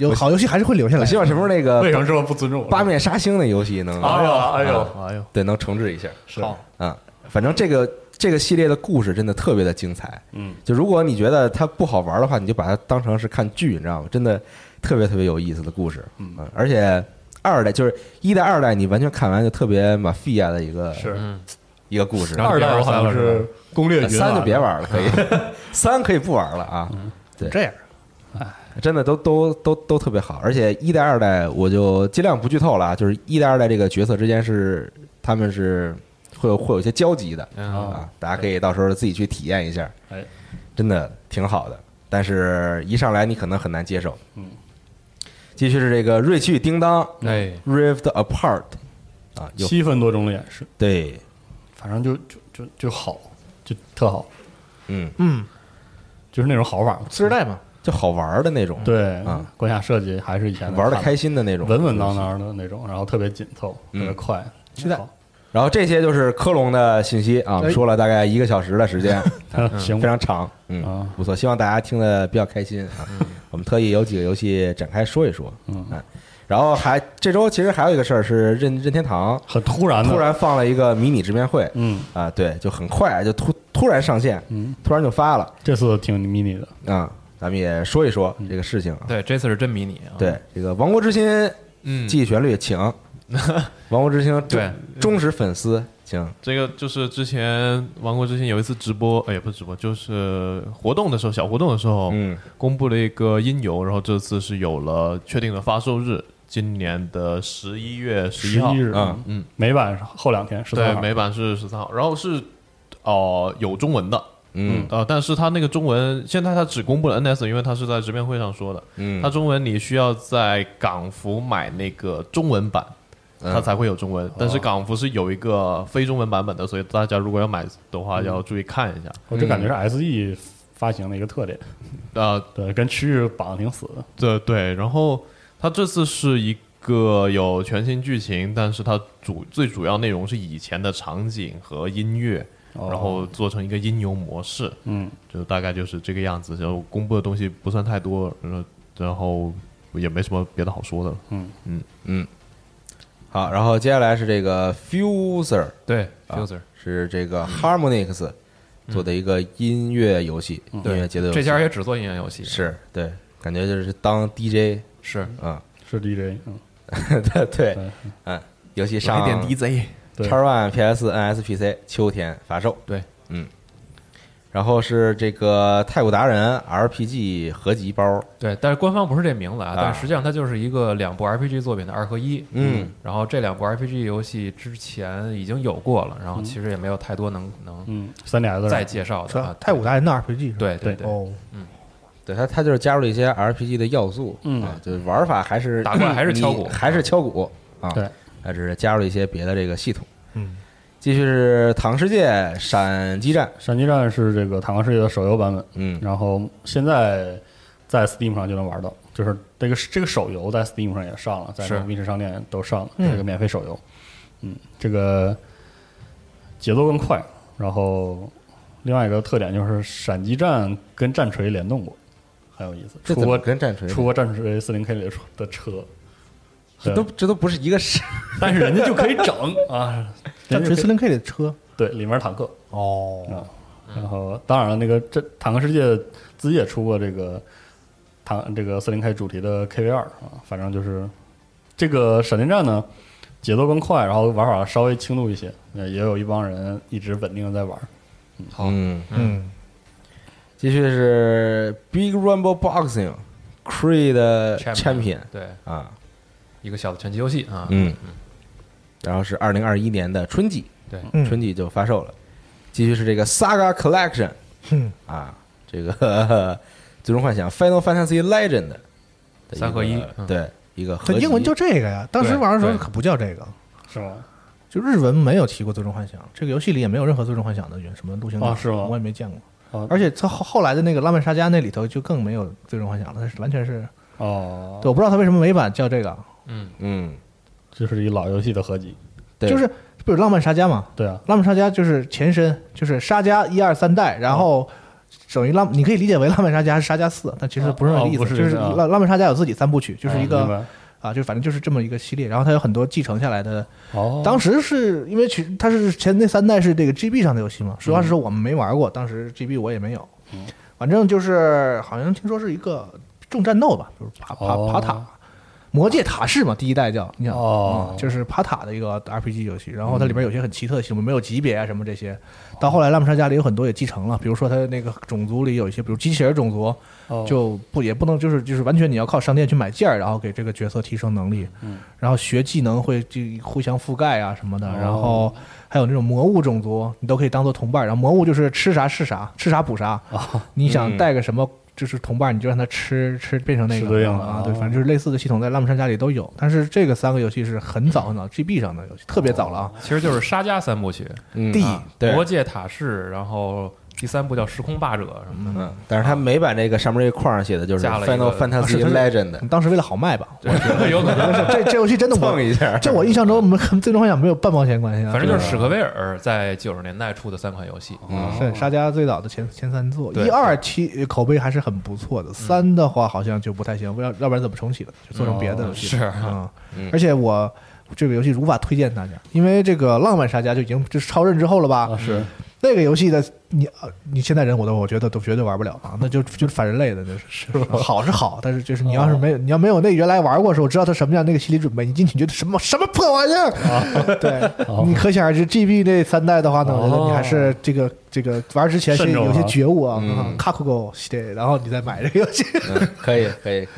Speaker 4: 有好游戏还是会留下来。
Speaker 2: 我希望什么时候那个
Speaker 3: 为什么这么不尊重我？
Speaker 2: 八面杀星的游戏能，
Speaker 3: 哎呦，
Speaker 2: 对，能重置一下。
Speaker 3: 是
Speaker 2: 啊，反正这个系列的故事真的特别的精彩。就如果你觉得它不好玩的话，你就把它当成是看剧，你知道吗？真的特别特别有意思的故事。而且2代就是1代2代，你完全看完就特别马菲亚的一个故事。
Speaker 3: 2代我好像是攻略
Speaker 2: 3就别玩了，可以3可以不玩了啊。对，
Speaker 4: 这样，
Speaker 2: 真的都特别好。而且1代2代我就尽量不剧透了啊，就是1代2代这个角色之间他们是会有一些交集的啊，大家可以到时候自己去体验一下。真的挺好的，但是一上来你可能很难接受。继续是这个瑞奇与叮当，Rift Apart 啊
Speaker 3: ，7分多钟的演示，
Speaker 2: 对，
Speaker 3: 反正就好，就特好，就是那种好法
Speaker 4: ，40代嘛，
Speaker 2: 就好玩的那种，
Speaker 3: 对啊，关卡设计还是以前
Speaker 2: 玩的开心的那种，
Speaker 3: 稳稳当当的那种，然后特别紧凑，特别快，
Speaker 4: 期待。
Speaker 2: 然后这些就是科隆的信息啊，说了大概1个小时的时间，
Speaker 3: 行，
Speaker 2: 非常长，不错，希望大家听得比较开心啊。我们特意有几个游戏展开说一说，然后这周其实还有一个事儿是任天堂
Speaker 3: 很突然
Speaker 2: 放了一个迷你直面会，对，就很快就突然上线，突然就发了，
Speaker 3: 这次挺迷你的
Speaker 2: 啊，咱们也说一说这个事情。
Speaker 6: 对，这次是真迷你。
Speaker 2: 对，这个《王国之心》记忆旋律，请《王国之心》
Speaker 6: 对
Speaker 2: 忠实粉丝，请。
Speaker 5: 这个就是之前《王国之心》有一次直播，也不是直播，就是活动的时候，小活动的时候，公布了一个音游，然后这次是有了确定的发售日。今年的11月11号，
Speaker 3: 美版后2天13号，
Speaker 5: 对，美版是13号，然后是有中文的，但是它那个中文现在它只公布了 NS， 因为它是在直面会上说的，它中文你需要在港服买那个中文版，它才会有中文，但是港服是有一个非中文版本的，所以大家如果要买的话要注意看一下。
Speaker 3: 我这感觉是 SE 发行的一个特点，对，跟区域绑得挺死
Speaker 5: 的，对，然后。它这次是一个有全新剧情，但是它最主要内容是以前的场景和音乐，然后做成一个音游模式，就大概就是这个样子。然后公布的东西不算太多，然后也没什么别的好说的了。
Speaker 2: 好，然后接下来是这个 Fuser，
Speaker 6: 对 ，Fuser
Speaker 2: 是这个 Harmonix 做的一个音乐游戏，音乐节奏游戏。
Speaker 6: 这家也只做音乐游戏，
Speaker 2: 是对，感觉就是当 DJ。
Speaker 6: 是
Speaker 3: 是 DJ，
Speaker 2: 对，游戏上
Speaker 6: 点 DJ，
Speaker 2: X1 PS、NS、PC 秋天发售，
Speaker 6: 对，
Speaker 2: 然后是这个太古达人 RPG 合集包，
Speaker 6: 对，但是官方不是这名字啊，但实际上它就是一个2部 RPG 作品的2合1，然后这2部 RPG 游戏之前已经有过了，然后其实也没有太多能
Speaker 3: 3DS
Speaker 6: 再介绍的。
Speaker 4: 太古达人的 RPG，
Speaker 6: 对，
Speaker 2: 对，它就是加入了一些 RPG 的要素，就是玩法还是
Speaker 6: 打怪还是敲
Speaker 2: 鼓啊，
Speaker 3: 对，
Speaker 2: 它只是加入了一些别的这个系统。继续是《坦克世界》闪击战，
Speaker 3: 闪击战是这个《坦克世界》的手游版本，然后现在在 Steam 上就能玩到，就是这个手游在 Steam 上也上了，在Win时商店都上了，这个免费手游。这个节奏更快，然后另外一个特点就是闪击战跟战锤联动过。很有意思，出过
Speaker 2: 跟战锤
Speaker 3: 40K 里的车，
Speaker 2: 这都不是一个事，
Speaker 3: 但是人家就可以整啊！
Speaker 4: 战锤40K 里的车，
Speaker 3: 对，里面坦克然后当然了，那个坦克世界自己也出过这个40K 主题的 KV2 啊，反正就是这个闪电战呢，节奏更快，然后玩法稍微轻度一些，也有一帮人一直稳定的在玩。
Speaker 6: 好，
Speaker 2: 继续是 Big Rumble Boxing Creed Champion，
Speaker 6: 对啊，一个小的拳击游戏啊，
Speaker 2: 然后是2021年的春季，
Speaker 6: 对，
Speaker 2: 春季就发售了。继续是这个 Saga Collection，这个最终幻想 Final Fantasy Legend
Speaker 6: 3合1，
Speaker 2: 对，一个合集。
Speaker 4: 英文就这个呀，当时玩的时候可不叫这个，
Speaker 3: 是吗？
Speaker 4: 就日文没有提过最终幻想，这个游戏里也没有任何最终幻想的什么路线
Speaker 3: 是吗？
Speaker 4: 我也没见过。而且他后来的那个浪漫沙加那里头就更没有最终幻想了，它是完全是对，我不知道他为什么美版叫这个，
Speaker 3: 就是一老游戏的合集，
Speaker 4: 就是不是浪漫沙加嘛？
Speaker 3: 对啊，
Speaker 4: 浪漫沙加就是前身，就是沙加1、2、3代，然后等于你可以理解为浪漫沙加是沙加4，但其实不是那个意思，就是浪漫沙加有自己3部曲，就是一个就反正就是这么一个系列，然后它有很多继承下来的。当时是因为它是前那3代是这个 GB 上的游戏嘛，实话实说我们没玩过，当时 GB 我也没有。反正就是好像听说是一个重战斗吧，就是爬塔。魔界塔式嘛，第一代叫你想就是爬塔的一个 RPG 游戏，然后它里边有些很奇特的系统，没有级别啊什么这些。到后来浪漫沙加里有很多也继承了，比如说它那个种族里有一些，比如机器人种族，就也不能就是完全你要靠商店去买件，然后给这个角色提升能力，然后学技能会就互相覆盖啊什么的，然后还有那种魔物种族，你都可以当做同伴，然后魔物就是吃啥是啥，吃啥补啥，你想带个什么。就是同伴，你就让他吃变成那个对，反正就是类似的系统在浪漫沙加里都有，但是这个3个游戏是很早 GB 上的游戏，特别早了啊。
Speaker 6: 其实就是沙加3部曲，魔界塔式，然后第3部叫时空霸者什么的。
Speaker 2: 但是他没把那个上面这个框上写的就是 Final Fantasy Legend，
Speaker 4: 当时为了好卖吧？
Speaker 6: 我觉得有可能
Speaker 4: 是这游戏真的
Speaker 2: 蹭一下。
Speaker 4: 这我印象中，我们跟最终幻想没有半毛钱关系。
Speaker 6: 反正就是史克威尔在90年代出的3款游戏，
Speaker 4: 是沙加最早的前3作，1、2口碑还是很不错的，3的话好像就不太行，要不然怎么重启了？就做成别的游戏
Speaker 6: 是
Speaker 4: 而且我这个游戏无法推荐大家，因为这个浪漫沙加就已经就是超任之后了吧？
Speaker 3: 是。
Speaker 4: 那个游戏的你现在人我觉得都绝对玩不了啊，那就是反人类的，就是好是好，但是就是你要没有那原来玩过的时候知道它什么样那个心理准备，你进去觉得什么破玩意儿对，你可想而知 GB 那3代的话呢，我觉得你还是这个玩之前先有些觉悟啊，卡库狗系列，然后你再买这个游戏。
Speaker 2: 可以，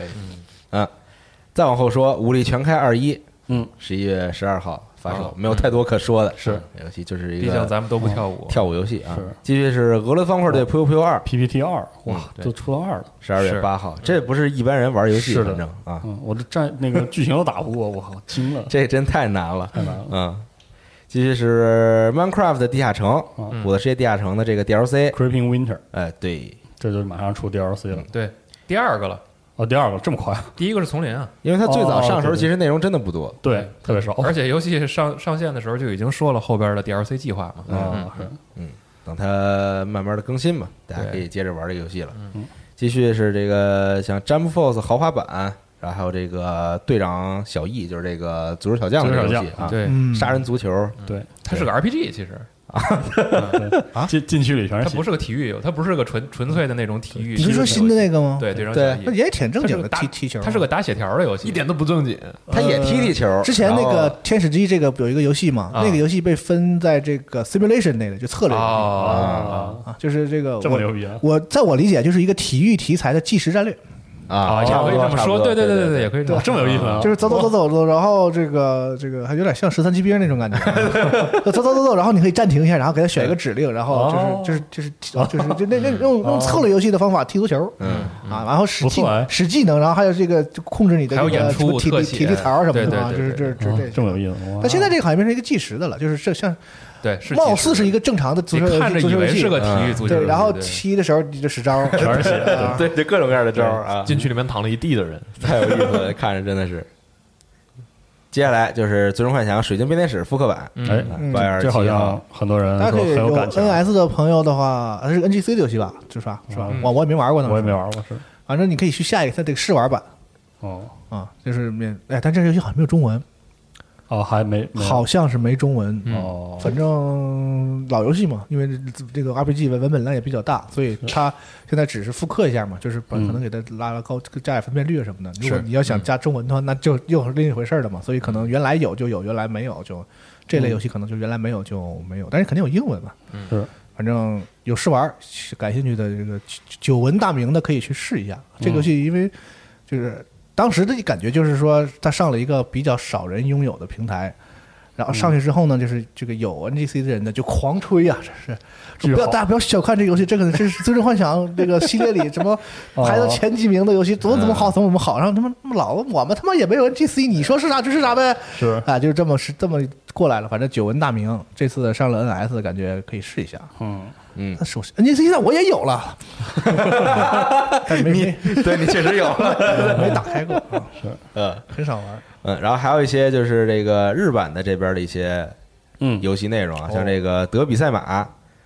Speaker 2: 再往后说，武力全开21，11月12号。发售没有太多可说的，
Speaker 6: 是
Speaker 2: 游戏就是一个，
Speaker 6: 毕竟咱们都不跳
Speaker 2: 舞游戏啊。继续是俄罗斯方块对 PUPU 2
Speaker 3: PPT 2，哇，都出到2了
Speaker 2: ，12月8号，这不是一般人玩游戏，反正啊，
Speaker 3: 我这那个剧情都打不过，我靠，惊了，
Speaker 2: 这真太难了，继续是 Minecraft 的地下城，我的世界地下城的这个 DLC
Speaker 3: Creeping Winter，
Speaker 2: 哎，对，
Speaker 3: 这就马上出 DLC 了，
Speaker 6: 对，第2个了。
Speaker 3: 第2个这么快？
Speaker 6: 第1个是丛林啊，
Speaker 2: 因为它最早上时候其实内容真的不多，
Speaker 3: 对，特别少，
Speaker 6: 而且游戏上线的时候就已经说了后边的 DLC 计划嘛，
Speaker 2: 等它慢慢的更新嘛，大家可以接着玩这个游戏了。继续是这个像 Jump Force 豪华版，然后还有这个队长小易，就是这个足球小将的游戏啊，
Speaker 6: 对，
Speaker 2: 杀人足球，
Speaker 3: 对，
Speaker 6: 它是个 RPG 其实。
Speaker 3: 禁区里全是，
Speaker 6: 它不是个体育游，它不是个纯粹的那种体育。
Speaker 4: 你是说新的那个吗？
Speaker 6: 对，对，
Speaker 4: 那也挺正经的踢球。
Speaker 6: 它是个打血条的游戏，
Speaker 5: 一点都不正经。
Speaker 2: 它也踢球。
Speaker 4: 之前那个天使机这个有一个游戏嘛，那个游戏被分在这个 simulation 内的，就策略就是这个
Speaker 3: 这么牛逼啊！
Speaker 4: 我在我理解就是一个体育题材的即时战略。
Speaker 6: 也可以这么说，对，也可以
Speaker 3: 这么有意思啊！
Speaker 4: 就是走，然后这个还有点像13骑兵那种感觉，走，然后你可以暂停一下，然后给他选一个指令，然后就是那用策略游戏的方法踢足球，然后使技能，然后还有这个控制你的这个体力槽什么的，就是
Speaker 3: 这么有意思。
Speaker 4: 但现在这个好像变成一个计时的了，就是像。
Speaker 6: 对，
Speaker 4: 貌似是一个正常的足球游戏，
Speaker 6: 看着以为是个体育足球，
Speaker 4: 对，然后踢的时候你就使招，
Speaker 3: 全是血，
Speaker 2: 对，各种各样的招啊，
Speaker 5: 禁区里面躺了一地的人，
Speaker 2: 太有意思了，看着真的是。接下来就是《最终幻想：水晶编年史》复刻版，8月27号，
Speaker 3: 这好像很多人
Speaker 4: 大家可以有 NS 的朋友的话，是 NGC 的游戏吧，是吧？我也没玩过呢，
Speaker 3: 我也没玩过，是，
Speaker 4: 反正你可以去下一个它这个试玩版，就是但这个游戏好像没有中文。
Speaker 3: 还没，
Speaker 4: 好像是没中文反正老游戏嘛，因为这个 RPG 文本量也比较大，所以它现在只是复刻一下嘛，就是可能给它拉了高加点分辨率什么的。如果你要想加中文的话，那就又是另一回事了嘛。所以可能原来有就有，原来没有就这类游戏可能就原来没有就没有，但是肯定有英文嘛。
Speaker 3: 是，
Speaker 4: 反正有试玩，感兴趣的这个久闻大名的可以去试一下这个游戏，因为就是当时的感觉就是说，它上了一个比较少人拥有的平台，然后上去之后呢，就是这个有 NGC 的人呢就狂吹啊，这是大家不要小看这个游戏，这是《最终幻想》这个系列里什么排到前几名的游戏，怎么好，怎么好，然后他们我们他妈也没有 NGC， 你说是啥就是啥呗，
Speaker 3: 是
Speaker 4: 就是这么过来了，反正久闻大名，这次上了 NS， 感觉可以试一下，那首先 NGC 现在我也有了，但是
Speaker 2: 对你确实有了，
Speaker 4: 没打开过，
Speaker 3: 是
Speaker 4: 很少玩。
Speaker 2: 然后还有一些就是这个日版的这边的一些游戏内容啊，像这个德比赛马，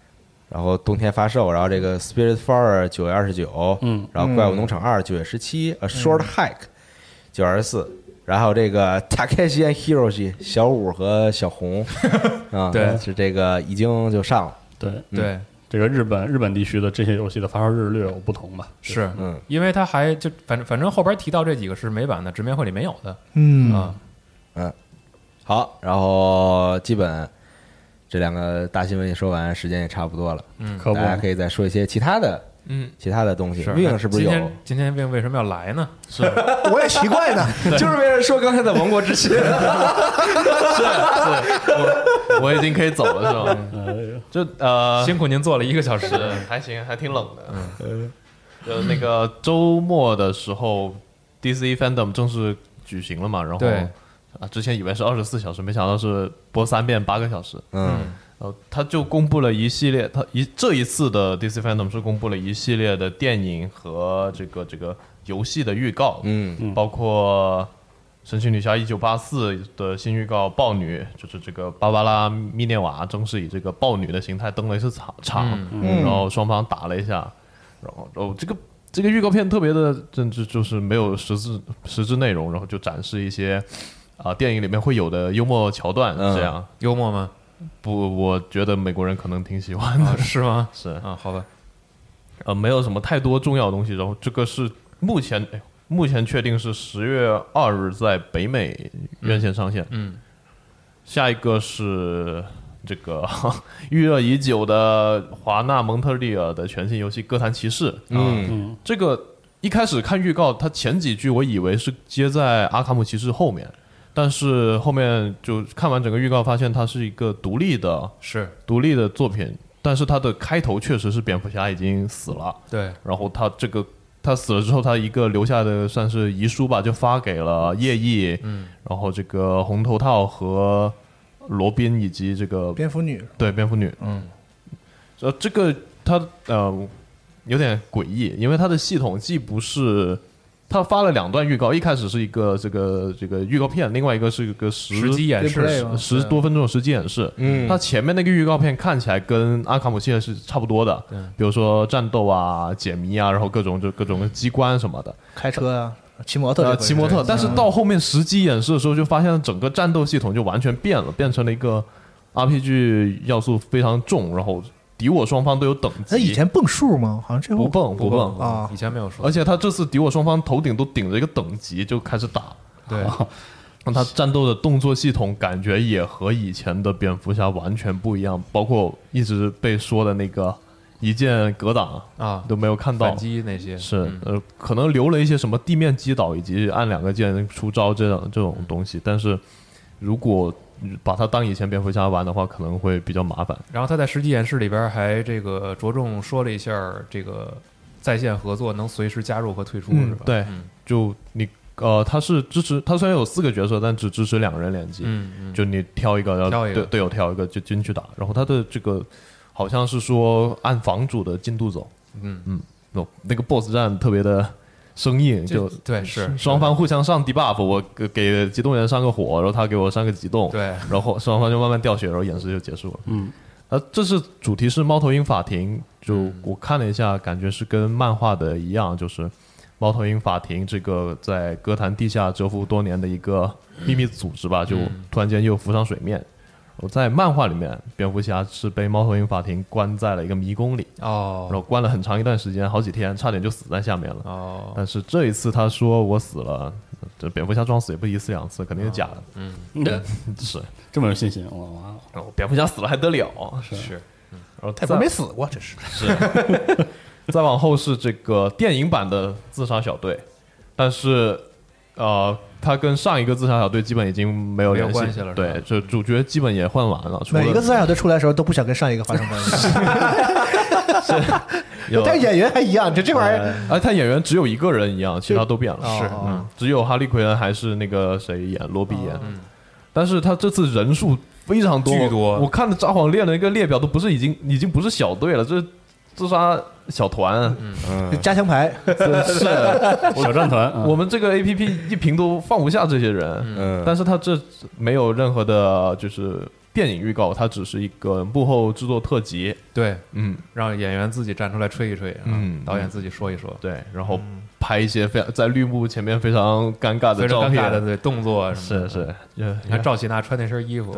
Speaker 2: 然后冬天发售，然后这个 Spirit Fire 9月29，然后怪物农场2 9月17，Short Hike 9月24，然后这个 Takeshi and Hiroshi 小五和小红啊，
Speaker 3: 对，
Speaker 2: 是这个已经就上了，
Speaker 3: 对。这个日本地区的这些游戏的发售日略有不同吧？
Speaker 6: 是，因为它还就反正后边提到这几个是美版的直面会里没有的，
Speaker 2: 好，然后基本这两个大新闻也说完，时间也差不多了，大家可以再说一些其他的，其他的东西。Wing 是不是有？
Speaker 6: 今天 Wing 为什么要来呢？
Speaker 5: 是，
Speaker 4: 我也奇怪呢，
Speaker 2: 就是为了说刚才的亡国之心。是，
Speaker 5: 我已经可以走了，是吗？就
Speaker 6: 辛苦您坐了1个小时，
Speaker 5: 还行，还挺冷的。就那个周末的时候 ，DC Fandom 正式举行了嘛，然后之前以为是24小时，没想到是播3遍8个小时。他就公布了一系列，这一次的 DC Fandom 是公布了一系列的电影和这个游戏的预告，包括神奇女侠1984的新预告豹女，就是这个芭芭拉密涅瓦正式以这个豹女的形态登了一次场，然后双方打了一下，然后这个预告片特别的，甚至就是没有实质内容，然后就展示一些电影里面会有的幽默桥段，这样
Speaker 6: 幽默吗？
Speaker 5: 不，我觉得美国人可能挺喜欢的，
Speaker 6: 是吗？
Speaker 5: 是
Speaker 6: 啊，好吧，
Speaker 5: 没有什么太多重要的东西，然后这个是目前确定是10月2日在北美院线上线。下一个是这个预热已久的华纳蒙特利尔的全新游戏《哥谭骑士》。这个一开始看预告，它前几句我以为是接在阿卡姆骑士后面，但是后面就看完整个预告，发现它是一个独立的作品。但是它的开头确实是蝙蝠侠已经死了，
Speaker 6: 对，
Speaker 5: 然后他死了之后，他一个留下的算是遗书吧，就发给了叶翼，然后这个红头套和罗宾以及这个
Speaker 4: 蝙蝠女，
Speaker 5: 对，蝙蝠女，这个他有点诡异，因为他的系统既不是。他发了2段预告，一开始是一个这个预告片，另外一个是一个
Speaker 6: 实机演示
Speaker 5: ，10多分钟的实机演示。他前面那个预告片看起来跟阿卡姆系列是差不多的，比如说战斗啊、解谜啊，然后各种机关什么的，
Speaker 4: 开车啊、骑摩托，
Speaker 5: 但是到后面实机演示的时候，就发现整个战斗系统就完全变了，变成了一个 RPG 要素非常重，然后。敌我双方都有等级。
Speaker 4: 他以前蹦数吗？好像这
Speaker 5: 不蹦
Speaker 6: 啊，以前没有数。
Speaker 5: 而且他这次敌我双方头顶都顶着一个等级就开始打。
Speaker 6: 对，
Speaker 5: 他战斗的动作系统感觉也和以前的蝙蝠侠完全不一样，包括一直被说的那个一键格挡
Speaker 6: 啊
Speaker 5: 都没有看到
Speaker 6: 反击那些。
Speaker 5: 是可能留了一些什么地面击倒以及按2个键出招这种东西，但是如果把它当以前蝙蝠侠玩的话，可能会比较麻烦。
Speaker 6: 然后他在实际演示里边还这个着重说了一下这个在线合作能随时加入和退出，是吧？
Speaker 5: 对，就你它是支持，它虽然有4个角色，但只支持2人联机。就你挑一个，然后队友挑一个就进去打。然后它的这个好像是说按房主的进度走。那个 BOSS 战特别的。生硬就
Speaker 6: 对，是
Speaker 5: 双方互相上 debuff， 我给激动人上个火，然后他给我上个激动，
Speaker 6: 对，
Speaker 5: 然后双方就慢慢掉血，然后演示就结束了。这是主题是猫头鹰法庭，就我看了一下，感觉是跟漫画的一样，就是猫头鹰法庭这个在歌坛地下蛰伏多年的一个秘密组织吧，就突然间又浮上水面。在漫画里面，蝙蝠侠是被猫头鹰法庭关在了一个迷宫里，然后关了很长一段时间，好几天，差点就死在下面了。但是这一次他说我死了，这蝙蝠侠装死也不1次2次，肯定是假的。是
Speaker 3: 这么有信心哇！
Speaker 5: 蝙蝠侠死了还得了？
Speaker 6: 是，
Speaker 5: 然后
Speaker 4: 他不没死过，这是。
Speaker 5: 再往后是这个电影版的自杀小队，但是他跟上一个自杀小队基本已经没有联系
Speaker 6: 了，
Speaker 5: 对，就主角基本也换完了。
Speaker 4: 每个自杀小队出来的时候都不想跟上一个发生关系，但演员还一样，这玩意儿，
Speaker 5: 他演员只有1个人一样，其他都变了，
Speaker 6: 是，
Speaker 5: 只有哈利奎恩还是那个谁演罗比演，但是他这次人数非常多，
Speaker 6: 巨多，
Speaker 5: 我看的札幌列了一个列表，都不是已经不是小队了，这自杀小团，
Speaker 4: 加强牌
Speaker 5: 是
Speaker 3: 小战团。
Speaker 5: 我们这个 APP 一屏都放不下这些人，但是他这没有任何的，就是电影预告它只是一个幕后制作特辑，
Speaker 6: 对，让演员自己站出来吹一吹，导演自己说一说，
Speaker 5: 对，然后拍一些非常在绿幕前面非常尴尬的照片
Speaker 6: 的动作什么的，
Speaker 5: 是，
Speaker 6: 你看赵喜娜穿那身衣服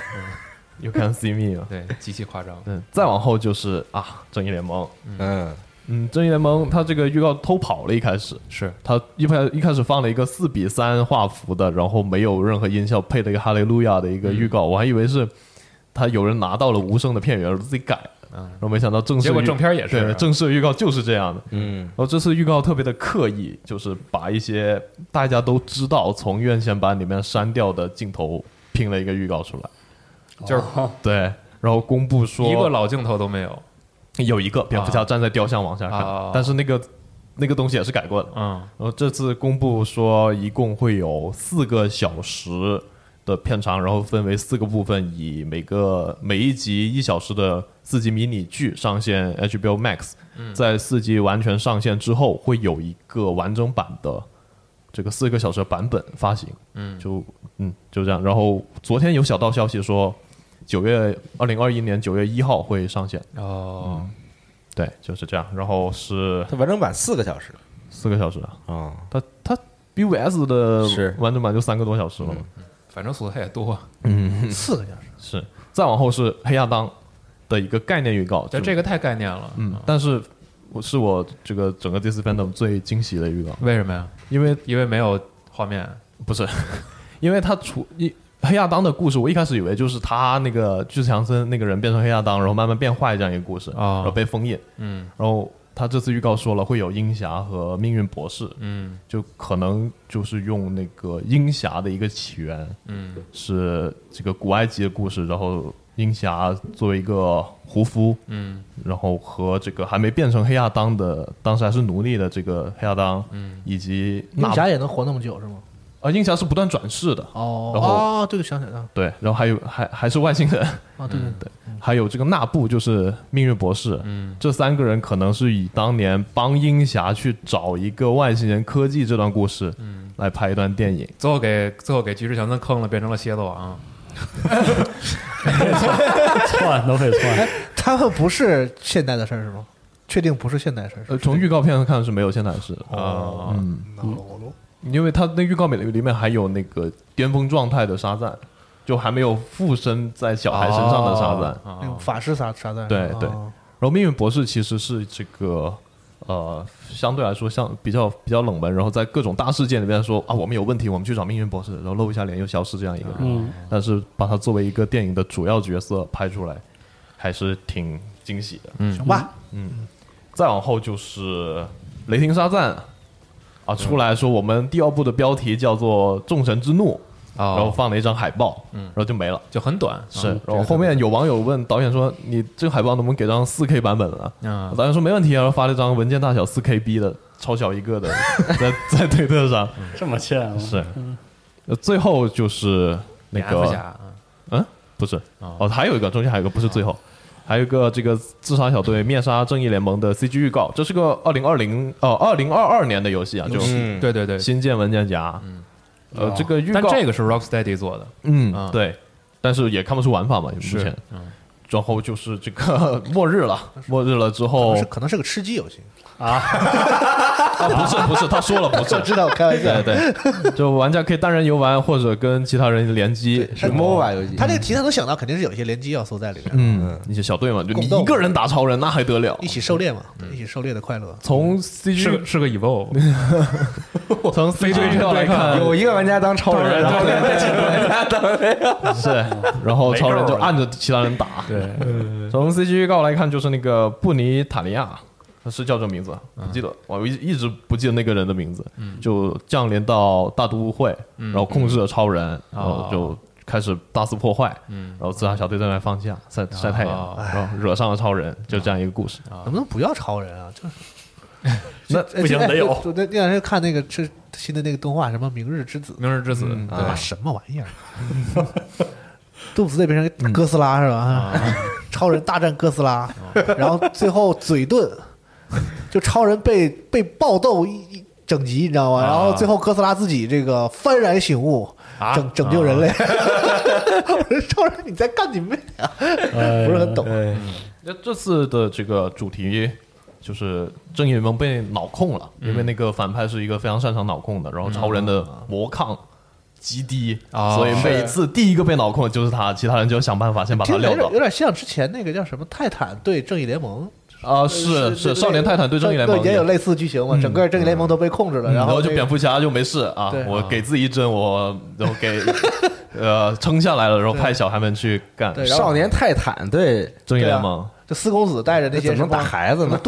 Speaker 5: ，You can see me 嘛，
Speaker 6: 对，极其夸张。
Speaker 5: 再往后就是正义联盟，正义联盟它这个预告偷跑了，一开始
Speaker 6: 是
Speaker 5: 它一开始放了一个4:3画幅的，然后没有任何音效配了一个哈利路亚的一个预告，我还以为是他有人拿到了无声的片源自己改，然后没想到结
Speaker 6: 果正片也是，
Speaker 5: 对，正式预告就是这样的，然后这次预告特别的刻意，就是把一些大家都知道从院线版里面删掉的镜头拼了一个预告出来，
Speaker 6: 就是
Speaker 5: 对，然后公布说
Speaker 6: 一个老镜头都没有。
Speaker 5: 有一个蝙蝠侠站在雕像往下看，但是那个东西也是改过的。然后这次公布说一共会有4个小时的片长，然后分为4个部分，以每一集1小时的4集迷你剧上线 HBO Max，在4集完全上线之后，会有一个完整版的这个4个小时的版本发行。就这样。然后昨天有小道消息说。2021年9月1号会上线对，就是这样。然后是
Speaker 2: 它完整版4个小时
Speaker 5: ，4个小时啊，它 BVS 的完整版就3个多小时了嘛，
Speaker 6: 反正素材也多
Speaker 4: ，4个小
Speaker 5: 时是。再往后是黑亚当的一个概念预告，
Speaker 6: 这个太概念了，
Speaker 5: 但是我这个整个 DC Fandom 最惊喜的预告，
Speaker 6: 为什么呀？因为没有画面，
Speaker 5: 不是，因为它黑亚当的故事，我一开始以为就是他那个巨石强森那个人变成黑亚当，然后慢慢变坏这样一个故事，然后被封印。然后他这次预告说了会有鹰侠和命运博士，就可能就是用那个鹰侠的一个起源，是这个古埃及的故事，然后鹰侠作为一个胡夫，然后和这个还没变成黑亚当的，当时还是奴隶的这个黑亚当，以及
Speaker 4: 鹰侠也能活那么久是吗？
Speaker 5: 鹰侠是不断转世的然后
Speaker 4: 对，想起来了，
Speaker 5: 对，然后还是外星人
Speaker 4: 对，
Speaker 5: 还有这个纳布就是命运博士，这3个人可能是以当年帮鹰侠去找一个外星人科技这段故事，来拍一段电影，
Speaker 6: 最后给巨石强森坑了，变成了蝎子王，
Speaker 3: 都可以窜，
Speaker 4: 他们不是现代的事是吗？确定不是现代事？
Speaker 5: 从预告片上看是没有现代事因为他那预告里面还有那个巅峰状态的沙赞，就还没有附身在小孩身上的沙赞，
Speaker 4: 那种法师沙赞。
Speaker 5: 对。然后命运博士其实是这个相对来说比较冷门，然后在各种大事件里面说我们有问题，我们去找命运博士，然后露一下脸又消失这样一个人，但是把他作为一个电影的主要角色拍出来，还是挺惊喜的。
Speaker 4: 行吧。
Speaker 5: 再往后就是雷霆沙赞。出来说我们第2部的标题叫做众神之怒，然后放了一张海报，然后就没了，
Speaker 6: 就很短。
Speaker 5: 是，然后后面有网友问导演说：“你这个海报能不能给张4K 版本了？”导演说没问题，然后发了一张文件大小4KB 的超小一个的，在推特上，
Speaker 3: 这么欠啊？
Speaker 5: 是。最后就是那个，不是，还有一个中间还有一个不是最后。还有一个这个自杀小队灭杀正义联盟的 CG 预告，这是个2022年的游戏啊，就
Speaker 6: 对
Speaker 5: 新建文件夹，这个预告，
Speaker 6: 但这个是 Rocksteady 做的，
Speaker 5: 对，但是也看不出玩法嘛，目前，然后就是这个末日了之后，
Speaker 4: 可能是个吃鸡游戏
Speaker 5: 不是，他说了不是，
Speaker 4: 知道，开玩笑，
Speaker 5: 对，就玩家可以单人游玩或者跟其他人联机，
Speaker 2: 是 MOBA 游戏。
Speaker 4: 他这个题材能想到，肯定是有一些联机要素在里面。
Speaker 5: 一些小队嘛，就你一个人打超人那还得了？
Speaker 4: 一起狩猎嘛，一起狩猎的快乐。
Speaker 5: 从 CG
Speaker 6: 是个 Evo，
Speaker 5: 从 CG 来看，
Speaker 2: 有一个玩家当超人，然后另外几个玩家当
Speaker 5: 是，然后超人就按着其他人打。
Speaker 6: 对，
Speaker 5: 从 CG 预告来看，就是那个布尼塔利亚。他是叫这名字，不记得，我一直不记得那个人的名字。就降临到大都会，然后控制了超人，然后就开始大肆破坏，然后自杀小队在那放假晒太阳，然后惹上了超人，就这样一个故事。
Speaker 4: 能不能不要超人啊？就是
Speaker 5: 那
Speaker 3: 不行得有。
Speaker 4: 那两天看那个是新的那个动画，什么《明日之子》？
Speaker 6: 明日之子，
Speaker 4: 什么玩意儿？杜斯那变成哥斯拉是吧？超人大战哥斯拉，然后最后嘴遁。就超人被暴斗一整集，你知道吗？然后最后哥斯拉自己这个幡然醒悟， 拯救人类。我说超人你在干你妹啊！不是很懂。
Speaker 5: 那这次的这个主题就是正义联盟被脑控了，因为那个反派是一个非常擅长脑控的，然后超人的魔抗极低，所以每次第一个被脑控的就是他，其他人就要想办法先把他撂倒。
Speaker 4: 有点像之前那个叫什么泰坦对正义联盟。
Speaker 5: 是少年泰坦对正义联盟
Speaker 4: 也有类似剧情嘛？整个正义联盟都被控制了，然后
Speaker 5: 就蝙蝠侠就没事啊，我给自己一针，我然后给撑下来了，然后派小孩们去干。
Speaker 2: 少年泰坦对
Speaker 5: 正义联盟，
Speaker 4: 就四公子带着那些
Speaker 2: 怎么打孩子呢？
Speaker 4: 不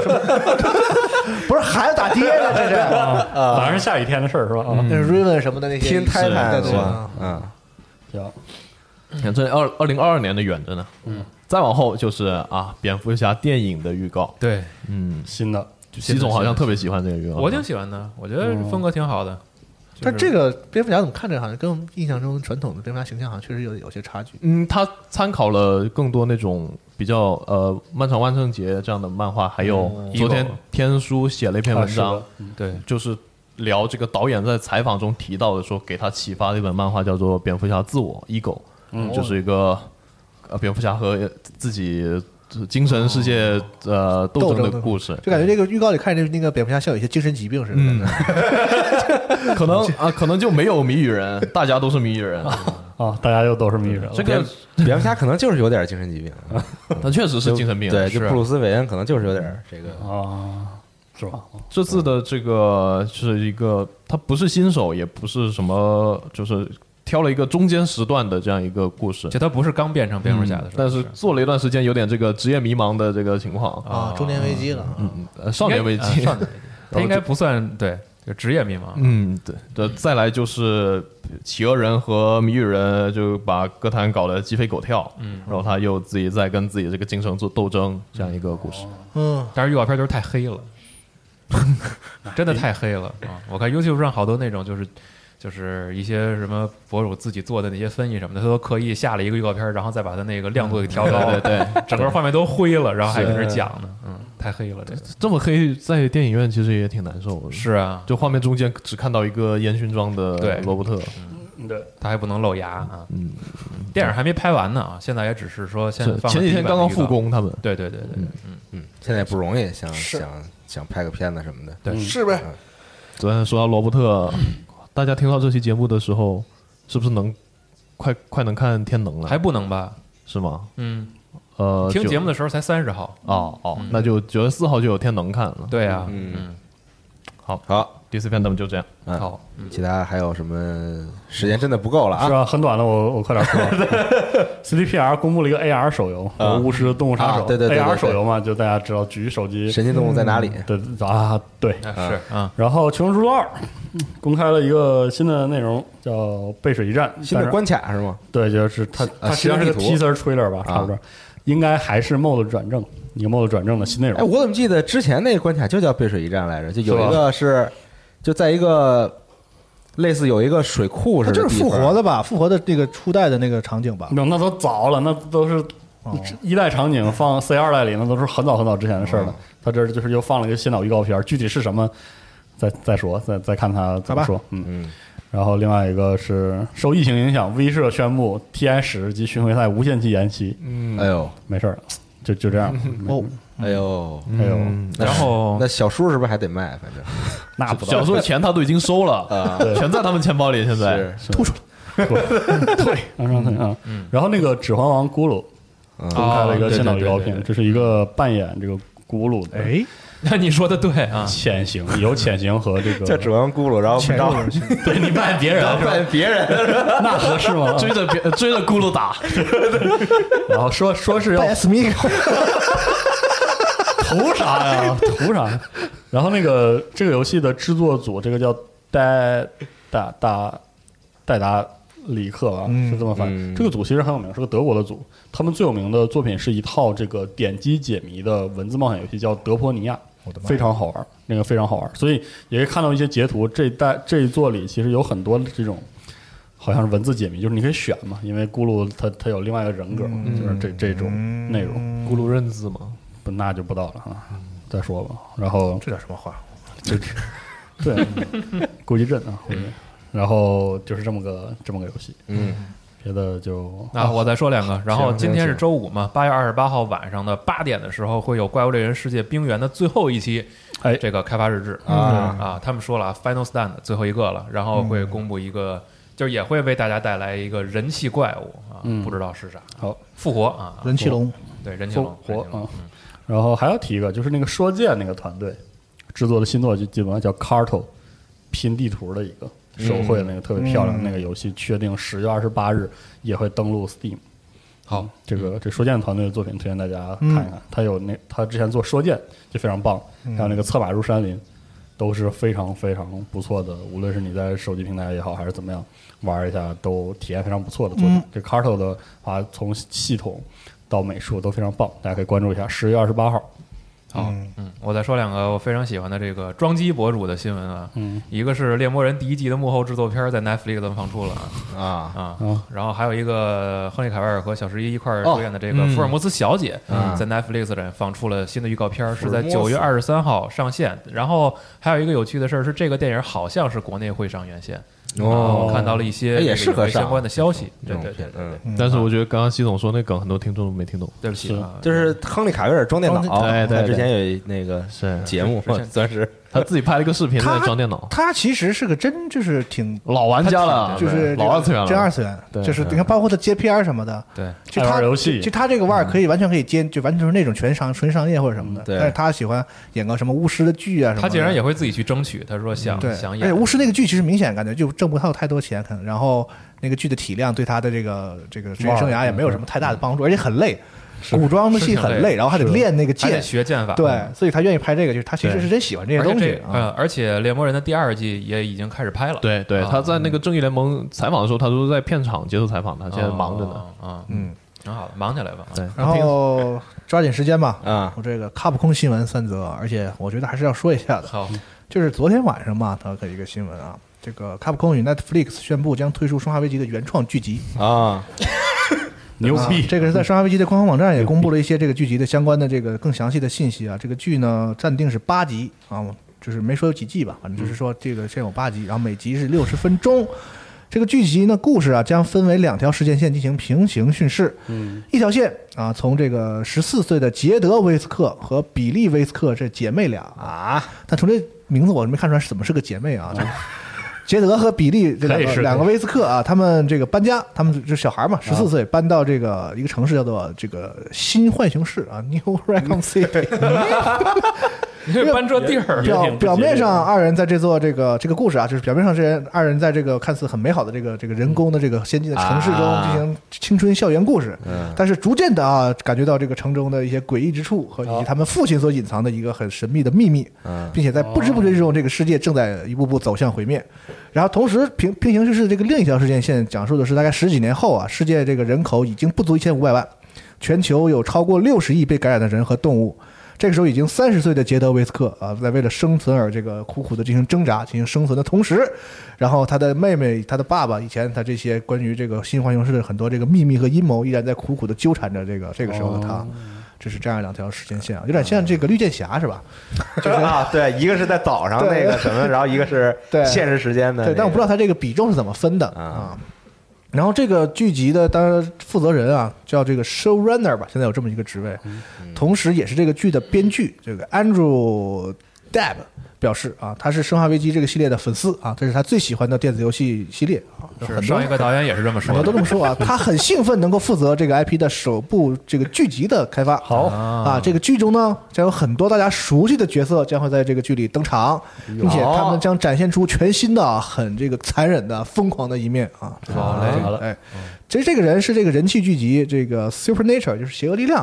Speaker 4: 是孩子打爹呢，这是
Speaker 3: 反正是下雨天的事儿是吧？
Speaker 4: 那是 Raven 什么的那些
Speaker 2: 天泰坦
Speaker 4: 对吧？
Speaker 3: 行，
Speaker 5: 看这2022年的远着呢，再往后就是蝙蝠侠电影的预告，
Speaker 6: 对，
Speaker 3: 新的，
Speaker 5: 习总好像特别喜欢这个预告，
Speaker 6: 我挺喜欢的，我觉得风格挺好的。
Speaker 4: 但这个蝙蝠侠怎么看着好像跟印象中传统的蝙蝠侠形象好像确实有些差距。
Speaker 5: 他参考了更多那种比较漫长万圣节这样的漫画，还有昨天天书写了一篇文章，
Speaker 6: 对，
Speaker 5: 就是聊这个导演在采访中提到的，说给他启发的一本漫画叫做《蝙蝠侠自我 Ego》，就是一个蝙蝠侠和自己精神世界斗争的故事，
Speaker 4: 就感觉这个预告里看着那个蝙蝠侠像有一些精神疾病似的。
Speaker 5: 可能就没有谜语人，大家都是谜语人
Speaker 3: 大家又都是谜语人。
Speaker 2: 这个蝙蝠侠可能就是有点精神疾病，
Speaker 5: 他确实是精神病。
Speaker 2: 对，就布鲁斯韦恩可能就是有点这个
Speaker 3: 是吧？
Speaker 5: 这次的这个是一个，他不是新手，也不是什么，就是挑了一个中间时段的这样一个故事，
Speaker 6: 就他不是刚变成蝙蝠侠的时候，
Speaker 5: 但是做了一段时间，有点这个职业迷茫的这个情况
Speaker 4: 中年危机了，
Speaker 5: 少年危机，
Speaker 6: 他应该不算对，就职业迷茫，
Speaker 5: 对，再来就是企鹅人和谜语人就把歌坛搞得鸡飞狗跳，然后他又自己在跟自己这个精神做斗争，这样一个故事，
Speaker 6: 但是预告片就是太黑了，真的太黑了啊！我看 YouTube 上好多那种就是一些什么博主自己做的那些分析什么的，他都刻意下了一个预告片，然后再把它那个亮度给调高，对，整个画面都灰了，然后还跟这讲呢，太黑了，
Speaker 5: 这么黑，在电影院其实也挺难受的。
Speaker 6: 是啊，
Speaker 5: 就画面中间只看到一个烟熏妆的罗伯特，
Speaker 3: 对，
Speaker 6: 他还不能露牙啊，电影还没拍完呢啊，现在也只是说先放
Speaker 5: 前几天刚刚复工，他们
Speaker 6: 对，
Speaker 2: 现在不容易，想拍个片子什么的，
Speaker 6: 对，
Speaker 4: 是呗。
Speaker 5: 昨天说到罗伯特。大家听到这期节目的时候，是不是能快能看天能了？
Speaker 6: 还不能吧？
Speaker 5: 是吗？
Speaker 6: 听节目的时候才30号
Speaker 5: 那就9月4号就有天能看了。
Speaker 6: 对啊，
Speaker 5: 好，DC Fandom 就这样。
Speaker 6: 好，
Speaker 2: 其他还有什么？时间真的不够了啊！
Speaker 3: 是啊，很短的，我快点说。CDPR 公布了一个 AR 手游《巫师的动物杀手》。
Speaker 2: 对
Speaker 3: AR 手游嘛，就大家知道举手机。
Speaker 2: 神奇动物在哪里？
Speaker 3: 对，
Speaker 6: 是啊。
Speaker 3: 然后《求生之路2》公开了一个新的内容，叫《背水一战》，
Speaker 2: 新的关卡是吗？
Speaker 3: 对，就是它实际上是个 teaser trailer 吧，差不多。应该还是 MOD 转正，一个 MOD 转正的新内容。
Speaker 2: 哎，我怎么记得之前那个关卡就叫背水一战来着？就有一个是就在一个类似有一个水库似的，
Speaker 4: 就是复活的吧？复活的那个初代的那个场景吧？
Speaker 3: 那都早了，那都是1代场景放 C2代里，那都是很早之前的事了。他这就是又放了一个先导预告片，具体是什么再说，再看他怎么说。然后另外一个是受疫情影响，威社宣布 TI10及巡回赛无限期延期。
Speaker 2: 哎呦，
Speaker 3: 没事了，就这样。
Speaker 2: 哎呦，
Speaker 6: 然后
Speaker 2: 那小叔是不是还得卖？反正
Speaker 3: 那不
Speaker 5: 小叔的钱他都已经收了全在他们钱包里，现在
Speaker 3: 吐出来，退啊！然后那个《指环王》咕噜公开了一个先导预告片，这是一个扮演这个咕噜的。
Speaker 4: 哎，
Speaker 6: 那你说的对啊，
Speaker 3: 潜行有潜行和这个
Speaker 2: 叫指环咕噜，然后不招，
Speaker 3: 对你扮演别人，
Speaker 2: 扮演别人，
Speaker 3: 那合适吗？
Speaker 5: 追着咕噜打，
Speaker 3: 然后说是要
Speaker 4: 扮演史密斯。
Speaker 3: 图啥呀？图啥？然后那个这个游戏的制作组，这个叫戴达里克吧，是这么翻。这个组其实很有名，是个德国的组。他们最有名的作品是一套这个点击解谜的文字冒险游戏，叫《德波尼亚》，非常好玩，那个非常好玩。所以也可以看到一些截图，这一作里其实有很多这种。好像是文字解谜，就是你可以选嘛，因为咕噜它有另外一个人格嘛，就是这种内容。
Speaker 5: 咕噜认字吗？
Speaker 3: 不，那就不到了啊，再说吧。然后
Speaker 4: 这叫什么话？
Speaker 3: 对，估计阵啊， 然后就是这么个游戏，别的就
Speaker 6: 我再说2个。然后今天是周5嘛，8月28号晚上的8点的时候会有《怪物猎人世界：冰原》的最后一期，这个开发日志他们说了 Final Stand 最后一个了，然后会公布一个，就是也会为大家带来一个人气怪物不知道是啥，
Speaker 3: 好
Speaker 6: 复活
Speaker 4: 人气龙，
Speaker 6: 对，人气龙
Speaker 3: 活然后还要提一个，就是那个说剑那个团队制作的新作就基本上叫 Carto 拼地图的一个手绘的那个特别漂亮的那个游戏，确定10月28日也会登陆 Steam。好，这说剑团队的作品推荐大家看一看，他之前做说剑就非常棒，还有那个策马入山林都是非常非常不错的，无论是你在手机平台也好还是怎么样玩一下都体验非常不错的作品。这 Carto 的话从系统到美术都非常棒，大家可以关注一下10月28号。
Speaker 6: 好，我再说2个我非常喜欢的这个装机博主的新闻啊，一个是《猎魔人》第1季的幕后制作片在 Netflix 上放出了然后还有一个亨利·凯维尔和小11一块儿主演的这个《福尔摩斯小姐》在 Netflix 上放出了新的预告片，是在9月23号上线。然后还有一个有趣的事儿是，这个电影好像是国内会上院线。我看到了一些
Speaker 2: 也适合
Speaker 6: 相关的消息，对，
Speaker 5: 但是我觉得刚刚习总说那梗很多听众都没听懂，
Speaker 6: 对不起
Speaker 2: 就是亨利·卡维尔装电脑，
Speaker 5: 对，
Speaker 2: 之前有那个节目，算是
Speaker 5: 他自己拍了一个视频在装电脑。
Speaker 4: 他其实是个就是挺
Speaker 5: 老玩家了，
Speaker 4: 就是
Speaker 5: 老二次元了，
Speaker 4: 真二次元，就是你看，包括他接片什么的，
Speaker 6: 对，
Speaker 4: 就他
Speaker 3: 游戏，
Speaker 4: 就他这个腕完全可以接，就完全是那种纯商业或者什么的。但是他喜欢演个什么巫师的剧啊什么的，
Speaker 6: 他竟然也会自己去争取，他说想演。
Speaker 4: 而且巫师那个剧其实明显感觉就挣不到太多钱，可能，然后那个剧的体量对他的这个职业生涯也没有什么太大的帮助，而且很累。古装的戏很累，然后还得练那个剑，
Speaker 6: 学剑法。
Speaker 4: 对，所以他愿意拍这个，就是他其实是真喜欢这些东西。
Speaker 6: 而且《猎魔人》的第2季也已经开始拍了。
Speaker 5: 对，他在那个正义联盟采访的时候，他都是在片场接受采访的，他现在忙着呢。
Speaker 6: 挺好的，忙起来吧。
Speaker 5: 对，
Speaker 4: 然后抓紧时间吧。我这个卡普空新闻3则，而且我觉得还是要说一下的。
Speaker 6: 好，
Speaker 4: 就是昨天晚上嘛，它的一个新闻啊，这个卡普空与 Netflix 宣布将推出《生化危机》的原创剧集
Speaker 3: 牛逼！
Speaker 4: 这个是在《生化危机》的官方网站也公布了一些这个剧集的相关的这个更详细的信息啊。这个剧呢暂定是8集啊，就是没说有几季吧，反正就是说这个现有8集，然后每集是60分钟。这个剧集呢故事啊将分为2条时间线进行平行叙事。一条线啊从这个14岁的杰德·威斯克和比利·威斯克这姐妹俩啊，但从这名字我没看出来怎么是个姐妹啊。杰德和比利这两个威斯克啊，他们这个搬家，他们就是小孩嘛，14岁搬到这个一个城市叫做这个新浣熊市啊 ，New Raccoon City。
Speaker 6: 你是搬这地儿。
Speaker 4: 表面上二人在这座这个故事啊，就是表面上这二人在这个看似很美好的这个人工的这个先进的城市中进行青春校园故事，但是逐渐的啊，感觉到这个城中的一些诡异之处和以及他们父亲所隐藏的一个很神秘的秘密，并且在不知不觉之中，这个世界正在一步步走向毁灭。然后同时平行叙事这个另一条时间线讲述的是大概10几年后啊，世界这个人口已经不足1500万，全球有超过60亿被感染的人和动物。这个时候已经30岁的杰德·威斯克啊，在为了生存而这个苦苦的进行挣扎、进行生存的同时，然后他的妹妹、他的爸爸以前他这些关于这个新浣熊市的很多这个秘密和阴谋，依然在苦苦的纠缠着这个时候的他。这是这样2条时间线啊，有点像这个绿箭侠是吧？
Speaker 2: 就是啊，对，一个是在早上那个什么，然后一个是现实时间的、
Speaker 4: 对，但我不知道他这个比重是怎么分的啊。然后这个剧集的当然负责人啊，叫这个 showrunner 吧，现在有这么一个职位，同时也是这个剧的编剧，这个 Andrew Dabb 表示啊，他是《生化危机》这个系列的粉丝啊，这是他最喜欢的电子游戏系列啊。
Speaker 6: 是上一个导演也是这么说的，
Speaker 4: 很多都这么说啊。他很兴奋能够负责这个 IP 的首部这个剧集的开发。
Speaker 3: 好
Speaker 4: 啊，这个剧中呢将有很多大家熟悉的角色将会在这个剧里登场，并且他们将展现出全新的、很这个残忍的、疯狂的一面啊。
Speaker 6: 好嘞，
Speaker 4: 哎。其实这个人是这个人气剧集这个 Supernatural 就是邪恶力量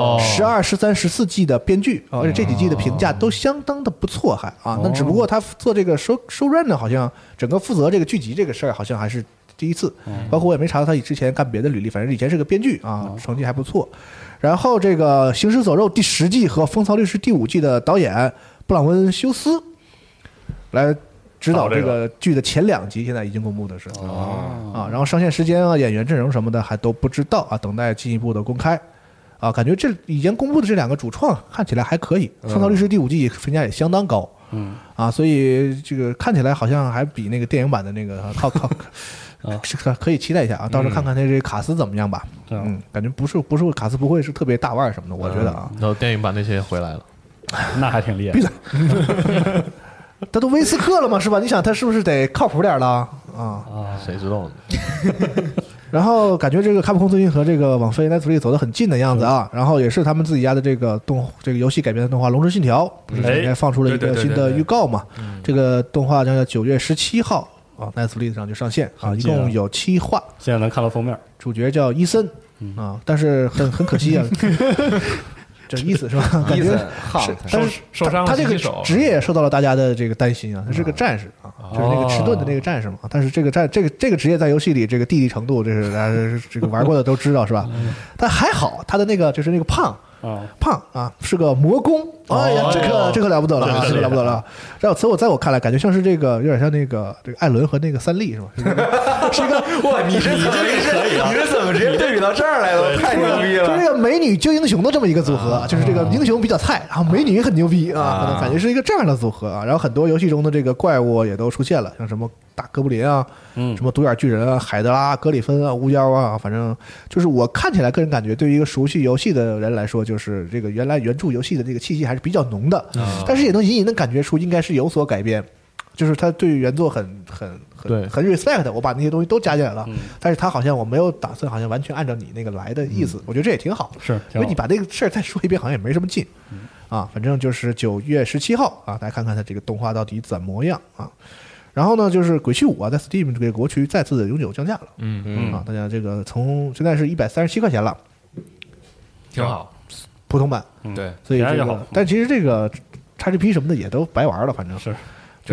Speaker 4: 12、13、14季的编剧啊，而且这几季的评价都相当的不错，还啊，那只不过他做这个showrun 呢，好像整个负责这个剧集这个事儿好像还是第一次，包括我也没查到他之前干别的履历，反正以前是个编剧啊，成绩还不错。然后这个《行尸走肉》第10季和《风骚律师》第5季的导演布朗温休斯来指导这个剧的前2集，现在已经公布的是啊，然后上线时间啊、演员阵容什么的还都不知道啊，等待进一步的公开啊。感觉这已经公布的这2个主创看起来还可以，《创造律师》第5季评价也相当高所以这个看起来好像还比那个电影版的那个是可以期待一下啊，到时候看看他这卡斯怎么样吧。感觉不是卡斯不会是特别大腕什么的，我觉得啊。
Speaker 5: 然后电影版那些也回来了，
Speaker 3: 那还挺厉害。
Speaker 4: 闭嘴！他都威斯克了嘛，是吧？你想他是不是得靠谱点了啊？
Speaker 5: 谁知道呢？
Speaker 4: 然后感觉这个卡普空最近和这个网飞 Netflix 走得很近的样子啊，然后也是他们自己家的这个游戏改编的动画《龙之信条》，不是应该放出了一个新的预告嘛？这个动画将在9月17号啊 Netflix 上就上线啊，一共有7话，
Speaker 3: 现在能看到封面，
Speaker 4: 主角叫伊森啊，但是很可惜啊。这意思是吧？感觉是，但是
Speaker 6: 受伤了，
Speaker 4: 他这个职业也受到了大家的这个担心啊。他是个战士啊，就是那个迟钝的那个战士嘛。但是这个职业在游戏里这个地理程度，这是大家这个玩过的都知道是吧？但还好，他的那个就是那个胖啊，是个魔攻。哎呀，这可了不得了啊！这了不得了。然后在我看来，感觉像是这个有点像这个艾伦和那个三笠是吧？是一个
Speaker 2: 哇，你是怎么直接对比到这儿来了？太牛逼了！
Speaker 4: 就是这个美女救英雄的这么一个组合，就是这个英雄比较菜，然后美女很牛逼啊，感觉是一个这样的组合啊。然后很多游戏中的这个怪物也都出现了，像什么大哥布林啊，什么独眼巨人啊、海德拉、格里芬啊、巫妖啊，反正就是我看起来个人感觉，对于一个熟悉游戏的人来说，就是这个原来原著游戏的这个气息还是比较浓的，但是也能隐隐的感觉出应该是有所改编，就是他对于原作很 respect， 我把那些东西都加进来了，但是他好像我没有打算好像完全按照你那个来的意思，我觉得这也挺好，
Speaker 3: 是
Speaker 4: 因为你把这个事儿再说一遍，好像也没什么劲啊。反正就是9月17号啊，大家看看他这个动画到底怎么样啊。然后呢，就是《鬼泣5》啊，在 Steam 这个国区再次永久降价了，大家这个从现在是137块钱了，
Speaker 6: 挺好。
Speaker 4: 普通版，
Speaker 6: 对，
Speaker 4: 所以这个，但其实这个 XGP 什么的也都白玩了，反正
Speaker 3: 是，
Speaker 4: 就是，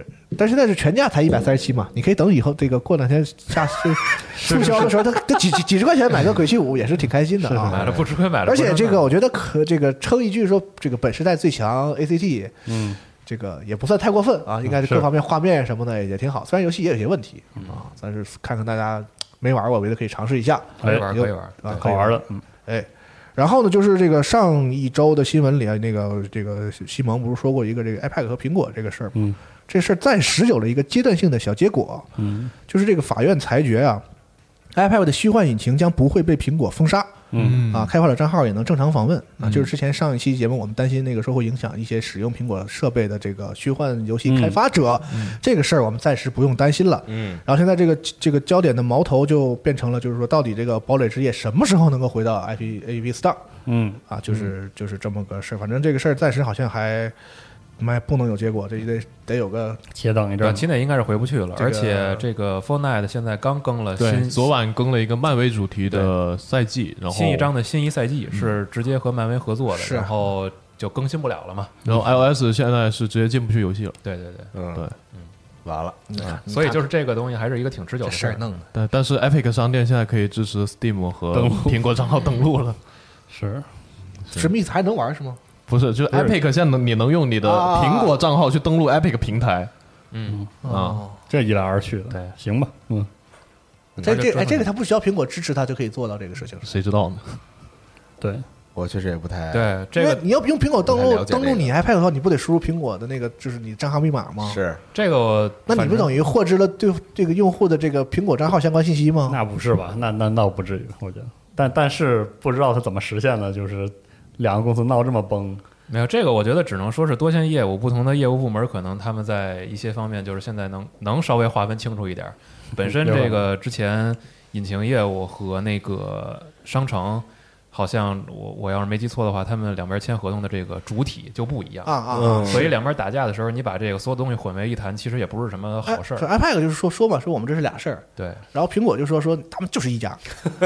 Speaker 4: 但现在是全价才137嘛，你可以等以后这个过两天促销的时候，它几十块钱买个鬼泣5也是挺开心的啊，
Speaker 6: 买了不吃亏，买了。
Speaker 4: 而且这个我觉得这个称一句说这个本时代最强 ACT，这个也不算太过分啊，应该是各方面画面什么的也挺好，虽然游戏也有些问题啊，但是看看大家没玩过，我觉得可以尝试一下，
Speaker 6: 可以玩
Speaker 4: 啊，
Speaker 3: 好玩的，
Speaker 4: 哎。然后呢，就是这个上一周的新闻里啊，这个西蒙不是说过一个这个 iPad 和苹果这个事儿吗？这事儿暂时有了一个阶段性的小结果，就是这个法院裁决啊 ，iPad 的虚幻引擎将不会被苹果封杀，开发者账号也能正常访问啊。就是之前上一期节目我们担心那个说会影响一些使用苹果设备的这个虚幻游戏开发者，这个事儿我们暂时不用担心了。然后现在这个焦点的矛头就变成了，就是说到底这个堡垒之夜什么时候能够回到 App Store？就是这么个事儿。反正这个事儿暂时好像还不能有结果，这得有个
Speaker 3: 且等一阵，
Speaker 6: 短期内应该是回不去了。而且这个 Fortnite 现在刚更了
Speaker 5: 昨晚更了一个漫威主题的赛季，然后
Speaker 6: 新一章的新一赛季是直接和漫威合作的，然后就更新不了了嘛。
Speaker 5: 然后 iOS 现在是直接进不去游戏了。
Speaker 6: 对，
Speaker 2: 完了。
Speaker 6: 所以就是这个东西还是一个挺持久的
Speaker 2: 事儿弄的。
Speaker 5: 但是 Epic 商店现在可以支持 Steam 和苹果账号登录了。
Speaker 3: 是
Speaker 4: 什么意思？还能玩是吗？
Speaker 5: 不是，就是 Epic 现在你能用你的苹果账号去登录 Epic 平台。
Speaker 3: 这一来二去的，
Speaker 6: 对，
Speaker 3: 行吧，
Speaker 4: 这个它不需要苹果支持，它就可以做到这个事情。
Speaker 5: 谁知道呢？
Speaker 3: 对，
Speaker 2: 我确实也不太
Speaker 6: 对这个，
Speaker 4: 你要用苹果登录你 iPad 的话，你不得输入苹果的那个就是你账号密码吗？
Speaker 2: 是
Speaker 6: 这个，
Speaker 4: 那你不等于获知了对这个用户的这个苹果账号相关信息吗？
Speaker 3: 那不是吧？那倒不至于，我觉得。但是不知道它怎么实现的，就是两个公司闹这么崩。
Speaker 6: 没有这个，我觉得只能说是多线业务，不同的业务部门可能他们在一些方面就是现在能稍微划分清楚一点。本身这个之前引擎业务和那个商城，好像我要是没记错的话，他们两边签合同的这个主体就不一样所以两边打架的时候，你把这个所有东西混为一谈，其实也不是什么好事儿。
Speaker 4: iPad 就是说嘛，说我们这是俩事儿，
Speaker 6: 对。
Speaker 4: 然后苹果就说他们就是一家。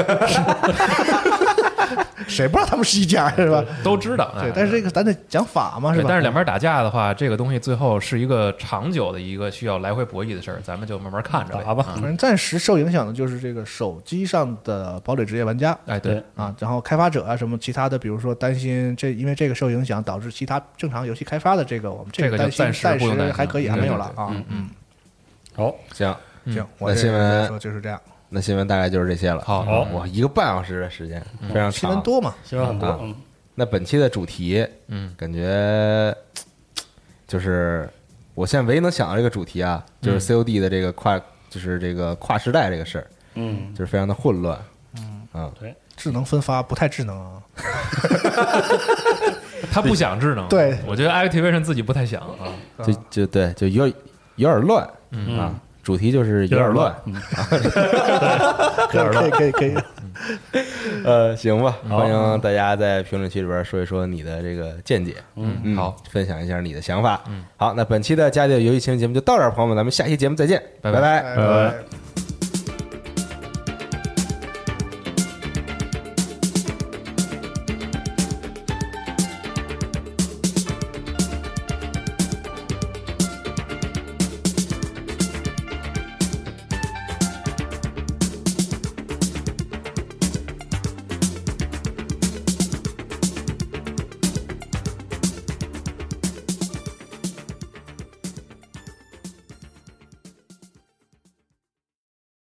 Speaker 4: 谁不知道他们是一家是吧？
Speaker 6: 都知道，
Speaker 4: 对。但是这个咱得讲法嘛，是吧？
Speaker 6: 但是两边打架的话，这个东西最后是一个长久的一个需要来回博弈的事儿，咱们就慢慢看着
Speaker 3: 打吧。
Speaker 4: 反正暂时受影响的就是这个手机上的堡垒职业玩家，
Speaker 6: 对
Speaker 4: 啊，然后开发者啊什么其他的，比如说担心因为这个受影响导致其他正常游戏开发的这个，我们这个担心暂时还可以，还没有了啊。
Speaker 3: 好，
Speaker 4: 行，
Speaker 2: 那新闻
Speaker 4: 就是这样。
Speaker 2: 那新闻大概就是这些了。
Speaker 6: 好，
Speaker 2: 我1个半小时的时间，非常长。
Speaker 4: 新闻多嘛？
Speaker 3: 新闻很多。
Speaker 2: 那本期的主题，感觉就是我现在唯一能想到这个主题啊，就是 COD 的这个就是这个跨时代这个事儿，就是非常的混乱，
Speaker 3: 对，
Speaker 4: 智能分发不太智能啊，
Speaker 6: 他不想智能，
Speaker 4: 对，
Speaker 6: 我觉得 Activision 自己不太想啊，
Speaker 2: 就有点乱啊。主题就是有点乱，
Speaker 4: 可以，
Speaker 2: 行吧，欢迎大家在评论区里边说一说你的这个见解，
Speaker 6: 好，
Speaker 2: 分享一下你的想法，好，那本期的家里的游戏新闻节目就到这儿，朋友们，咱们下期节目再见，拜拜。